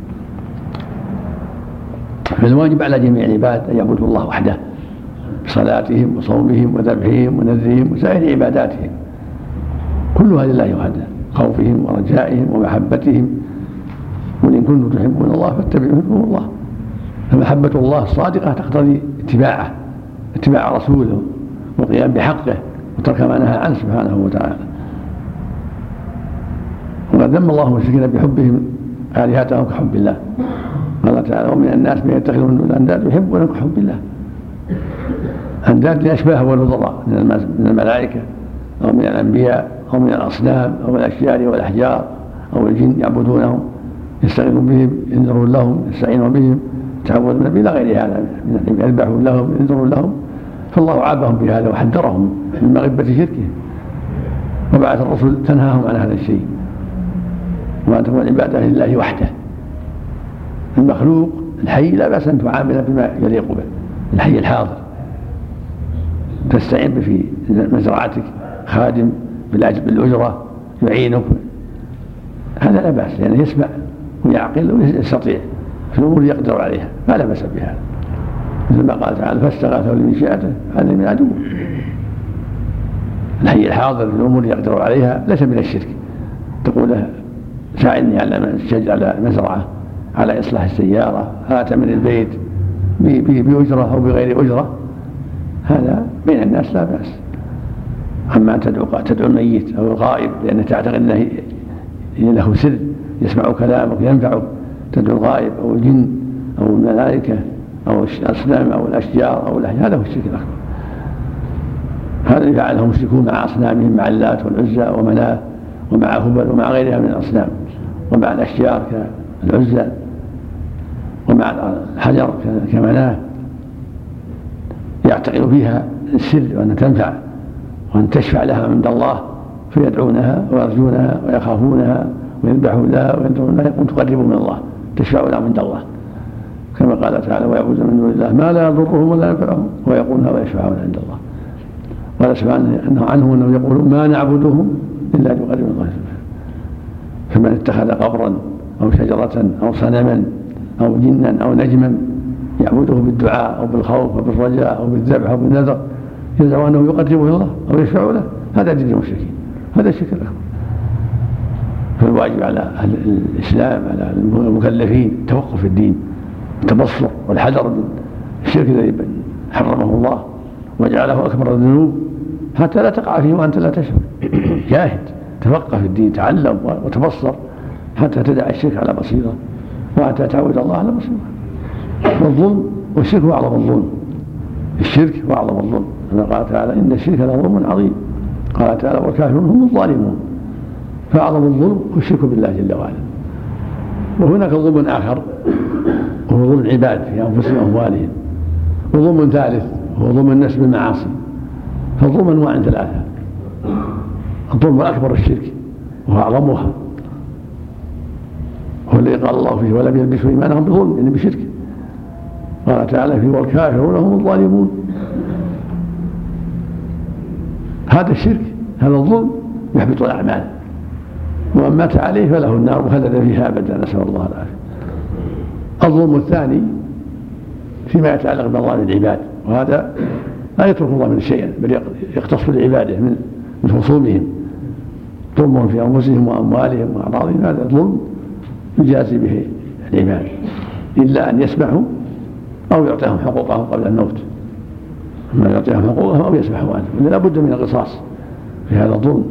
فالواجب على جميع العباد أن يعبدوا الله وحده بصلاتهم وصومهم وذبحهم ونذرهم وسائر عباداتهم، كلها لله وحده، خوفهم ورجائهم ومحبتهم. قل إن كنتم تحبون الله فاتبعوا يحبكم الله. فمحبة الله الصادقة تقتضي اتباعه، اتباع رسوله والقيام بحقه وترك ما نهى عنه سبحانه وتعالى. وقد ذم الله المشركين بحبهم آلهتهم كحب الله. قال تعالى ومن الناس من يتخذ من دون الأنداد يحبون كحب الله. أنداد لأشباه والنظراء من الملائكة أو من الأنبياء أو من الأصنام أو من الأشجار والأحجار أو الجن يعبدونهم يستغيثون بهم ينذرون لهم يستعينون بهم يتعوذون به إلى غير هذا من يذبحون لهم ينذرون لهم. فالله عابهم بهذا وحذرهم من مغبة شركه وبعث الرسل تنهاهم عن هذا الشيء وأن تكون العبادة لله وحده. المخلوق الحي لا بأس أن تعامل بما يليق به، الحي الحاضر تستعين به في مزرعتك خادم بالأجرة يعينك، هذا لا بأس لأنه يعني يسمع ويعقل ويستطيع في الأمور يقدر عليها، فلا بأس بهذا. مثل ما قال تعالى فاستغاثه من شيعته هذا من عدوه. الحي الحاضر في الأمور يقدر عليها ليس من الشرك. تقول له ساعدني على على مزرعة على إصلاح السيارة، هات من البيت بأجرة أو بغير أجرة، هذا بين الناس لا بأس. أما أن تدعو تدعو الميت أو الغائب لأنك تعتقد أنه له سر يسمع كلامك ينفعك، تدعو الغائب أو الجن أو الملائكة أو الأصنام أو الأشجار أو الأحجار، هذا هو الشرك الأكبر. هذا اللي فعله المشركون مع أصنامهم مع اللات والعزى ومناه ومع هبل ومع غيرها من الأصنام ومع الأشجار كالعزى ومع الحجر كمناه، يعتقد فيها السر وأن تنفع وأن تشفع لها عند الله فيدعونها ويرجونها ويخافونها ويذبحون لها وينذرون لها يقوم تقربوا من الله تشفع لهم عند الله، كما قال تعالى ويعبدون من دون الله ما لا يضرهم ولا ينفعهم ويقولونها ويشفعون عند الله. قال سبحانه انه عنه انه يقولون ما نعبدهم الا ليقربونا الله سبحانه. فمن اتخذ قبرا او شجره او صنما او جنا او نجما يعبده بالدعاء او بالخوف او بالرجاء او بالذبح او بالنذر يزعم انه يقربه الى الله او يشفع له، هذا دين المشركين، هذا الشرك الاكبر. فالواجب على اهل الاسلام على المكلفين التوقف في الدين التبصر والحذر من الشرك الذي حرمه الله وجعله اكبر الذنوب حتى لا تقع فيه وانت لا تشعر. جاهد تفقه في الدين تعلم وتبصر حتى تدع الشرك على بصيره وحتى تعود الله على بصيره. والظلم والشرك هو اعظم الظلم، الشرك هو اعظم الظلم كما قال تعالى ان الشرك لظلم عظيم. قال تعالى والكافرون هم الظالمون. فاعظم الظلم هو الشرك بالله جل وعلا. وهناك ظلم اخر وهو ظلم العباد في انفسهم واموالهم، وظلم ثالث وهو ظلم الناس بالمعاصي. فالظلم انواع ثلاثه، الظلم الاكبر الشرك وهو اعظمها، هو الذي قال الله فيه ولم يلبسوا ايمانهم بظلم يعني بشرك. قال تعالى فيه والكافرون هم الظالمون. هذا الشرك هذا الظلم يحبط الاعمال، ومن مات عليه فله النار مخلدا فيها ابدا نسال الله العافيه. الظلم الثاني فيما يتعلق بمظالم العباد، وهذا لا يترك الله من شيئا بل يختص بعباده من من خصومهم، ظلم في انفسهم واموالهم واعراضهم، هذا ظلم يجازي به العباد إلا أن يسمحوا أو يعطيهم حقوقهم قبل الموت، أما يعطيهم حقوقهم أو يسمحوا عنهم، لا بد من القصاص في هذا الظلم،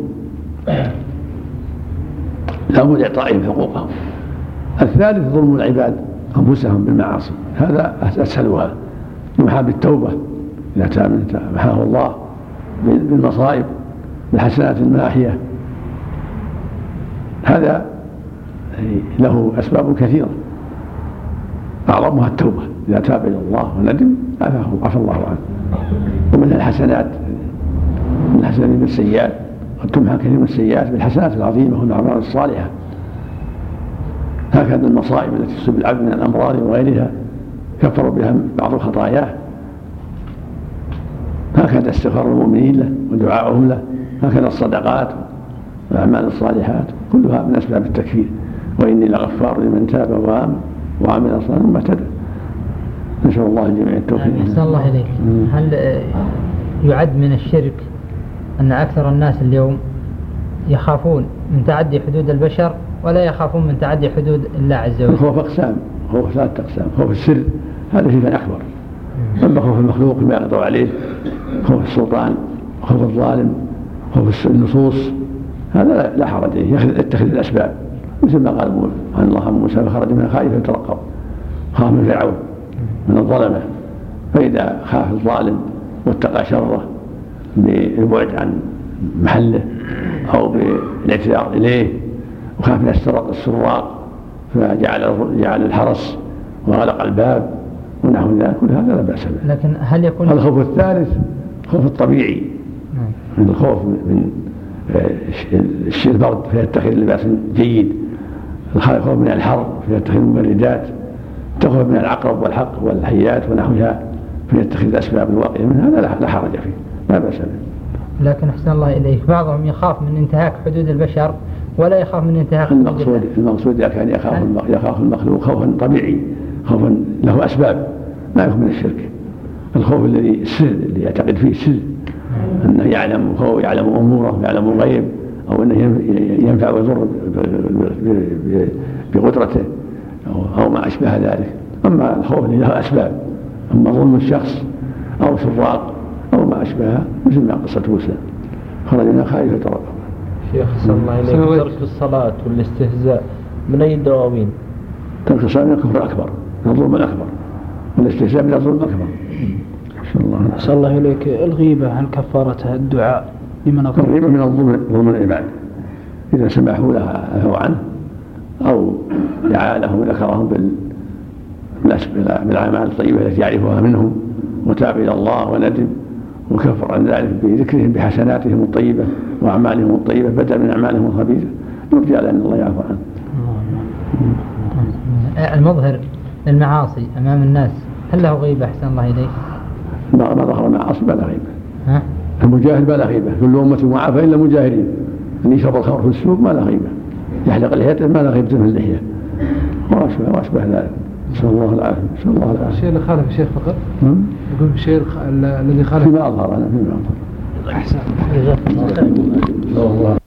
لا بد إعطائهم حقوقهم. الثالث ظلم العباد أنفسهم بالمعاصي، هذا أسهلها، يمحى بالتوبة إذا تاب محاه الله بالمصائب بالحسنات الماحية، هذا له أسباب كثيرة أعظمها التوبة، إذا تاب إلى الله وندم عفى الله عنه. ومن الحسنات من الحسنات بالسيئات، قد تمحى كثير من السيئات بالحسنات العظيمة والأعمال الصالحة. هكذا المصائب التي تصيب العبد من الأمراض وغيرها كفر بها بعض خطاياه، هكذا استغفار المؤمنين له ودعاؤهم له، هكذا الصدقات والأعمال الصالحات كلها من أسباب التكفير. وإني لغفار لمن تاب وآمن وعمل صالحا ثم اهتدى. نسأل الله الجميع التوفيق. أحسن الله إليك. هل يعد من الشرك أن أكثر الناس اليوم يخافون من تعدي حدود البشر ولا يخافون من تعدي حدود الله عز وجل؟ الخوف أقسام، خوف ثلاثة أقسام، خوف السر هذا شيء أكبر، أما خوف المخلوق ما يقدر عليه، خوف السلطان، خوف الظالم، خوف النصوص، هذا لا حرج عليه، يتخذ الأسباب مثل ما قال عن الله موسى فخرج منها خائفا يترقب، خاف من فرعون من الظلمة، فإذا خاف الظالم واتقى شره بالبعد عن محله أو بالاعتذار إليه، وخاف من السراق فجعل جعل الحرس وغلق الباب ونحو ذلك، كل هذا لا بأس به. لكن هل يكون الخوف الثالث خوف الطبيعي من الخوف من البرد فيتخذ لباس جيد، الخوف من الحر فيتخذ مبردات، الخوف من العقرب والحق والحيات ونحوها فيتخذ الأسباب الواقية من هذا لا حرج فيه، لا بأس به. لكن أحسن الله إليك بعضهم يخاف من انتهاك حدود البشر ولا يخاف من انتهاك حدود المقصود المقصود إذا كان يخاف يخاف المخلوق خوفا طبيعي، خوفا له أسباب، ما يكون من الشرك. الخوف الذي السر اللي يعتقد فيه السر أنه يعلم هو يعلم أموره يعلم الغيب، أو أنه ينفع ويضر بقدرته أو ما أشبه ذلك. أما الخوف الذي له أسباب، أما ظلم الشخص أو سراق أو ما أشبهها مثل ما قصة موسى خرج منها خائفا يترقب. شيخ صلى الله عليه وسلم ترك الصلاة والاستهزاء من أي الدواوين؟ ترك الصلاة من الكفر الأكبر، من الظلم الأكبر، والاستهزاء من الظلم الأكبر. صلى الله إليك. الغيبة هل كفارتها الدعاء لمن أقرب؟ الغيبة من الظلم ظلم العباد، إذا سمحوا لها عفوا عنه أو دعا لهم وذكرهم بالأعمال الطيبة التي يعرفها منهم وتاب إلى الله وندم وكفر عن ذلك بذكرهم بحسناتهم الطيبة وأعمالهم الطيبة بدل من أعمالهم الخبيثة، يرجى أن الله يعفو عنه. المظهر للمعاصي أمام الناس هل له غيبة أحسن الله إليك؟ ما ظهر المعاصي ما له غيبة. المجاهد ما له غيبة، كل أمة معافى إلا المجاهدين. أن يشرب الخمر في السوق ما له غيبة، يحلق لحيته ما له غيبة في اللحية وأشبه وأشبه ذلك. نسأل الله العافية. نسأل الله العافية. الشيء اللي خالف الشيخ فقط يقول الشيء الذي خالف فيما أظهر أنا فيما أظهر. أحسن. الله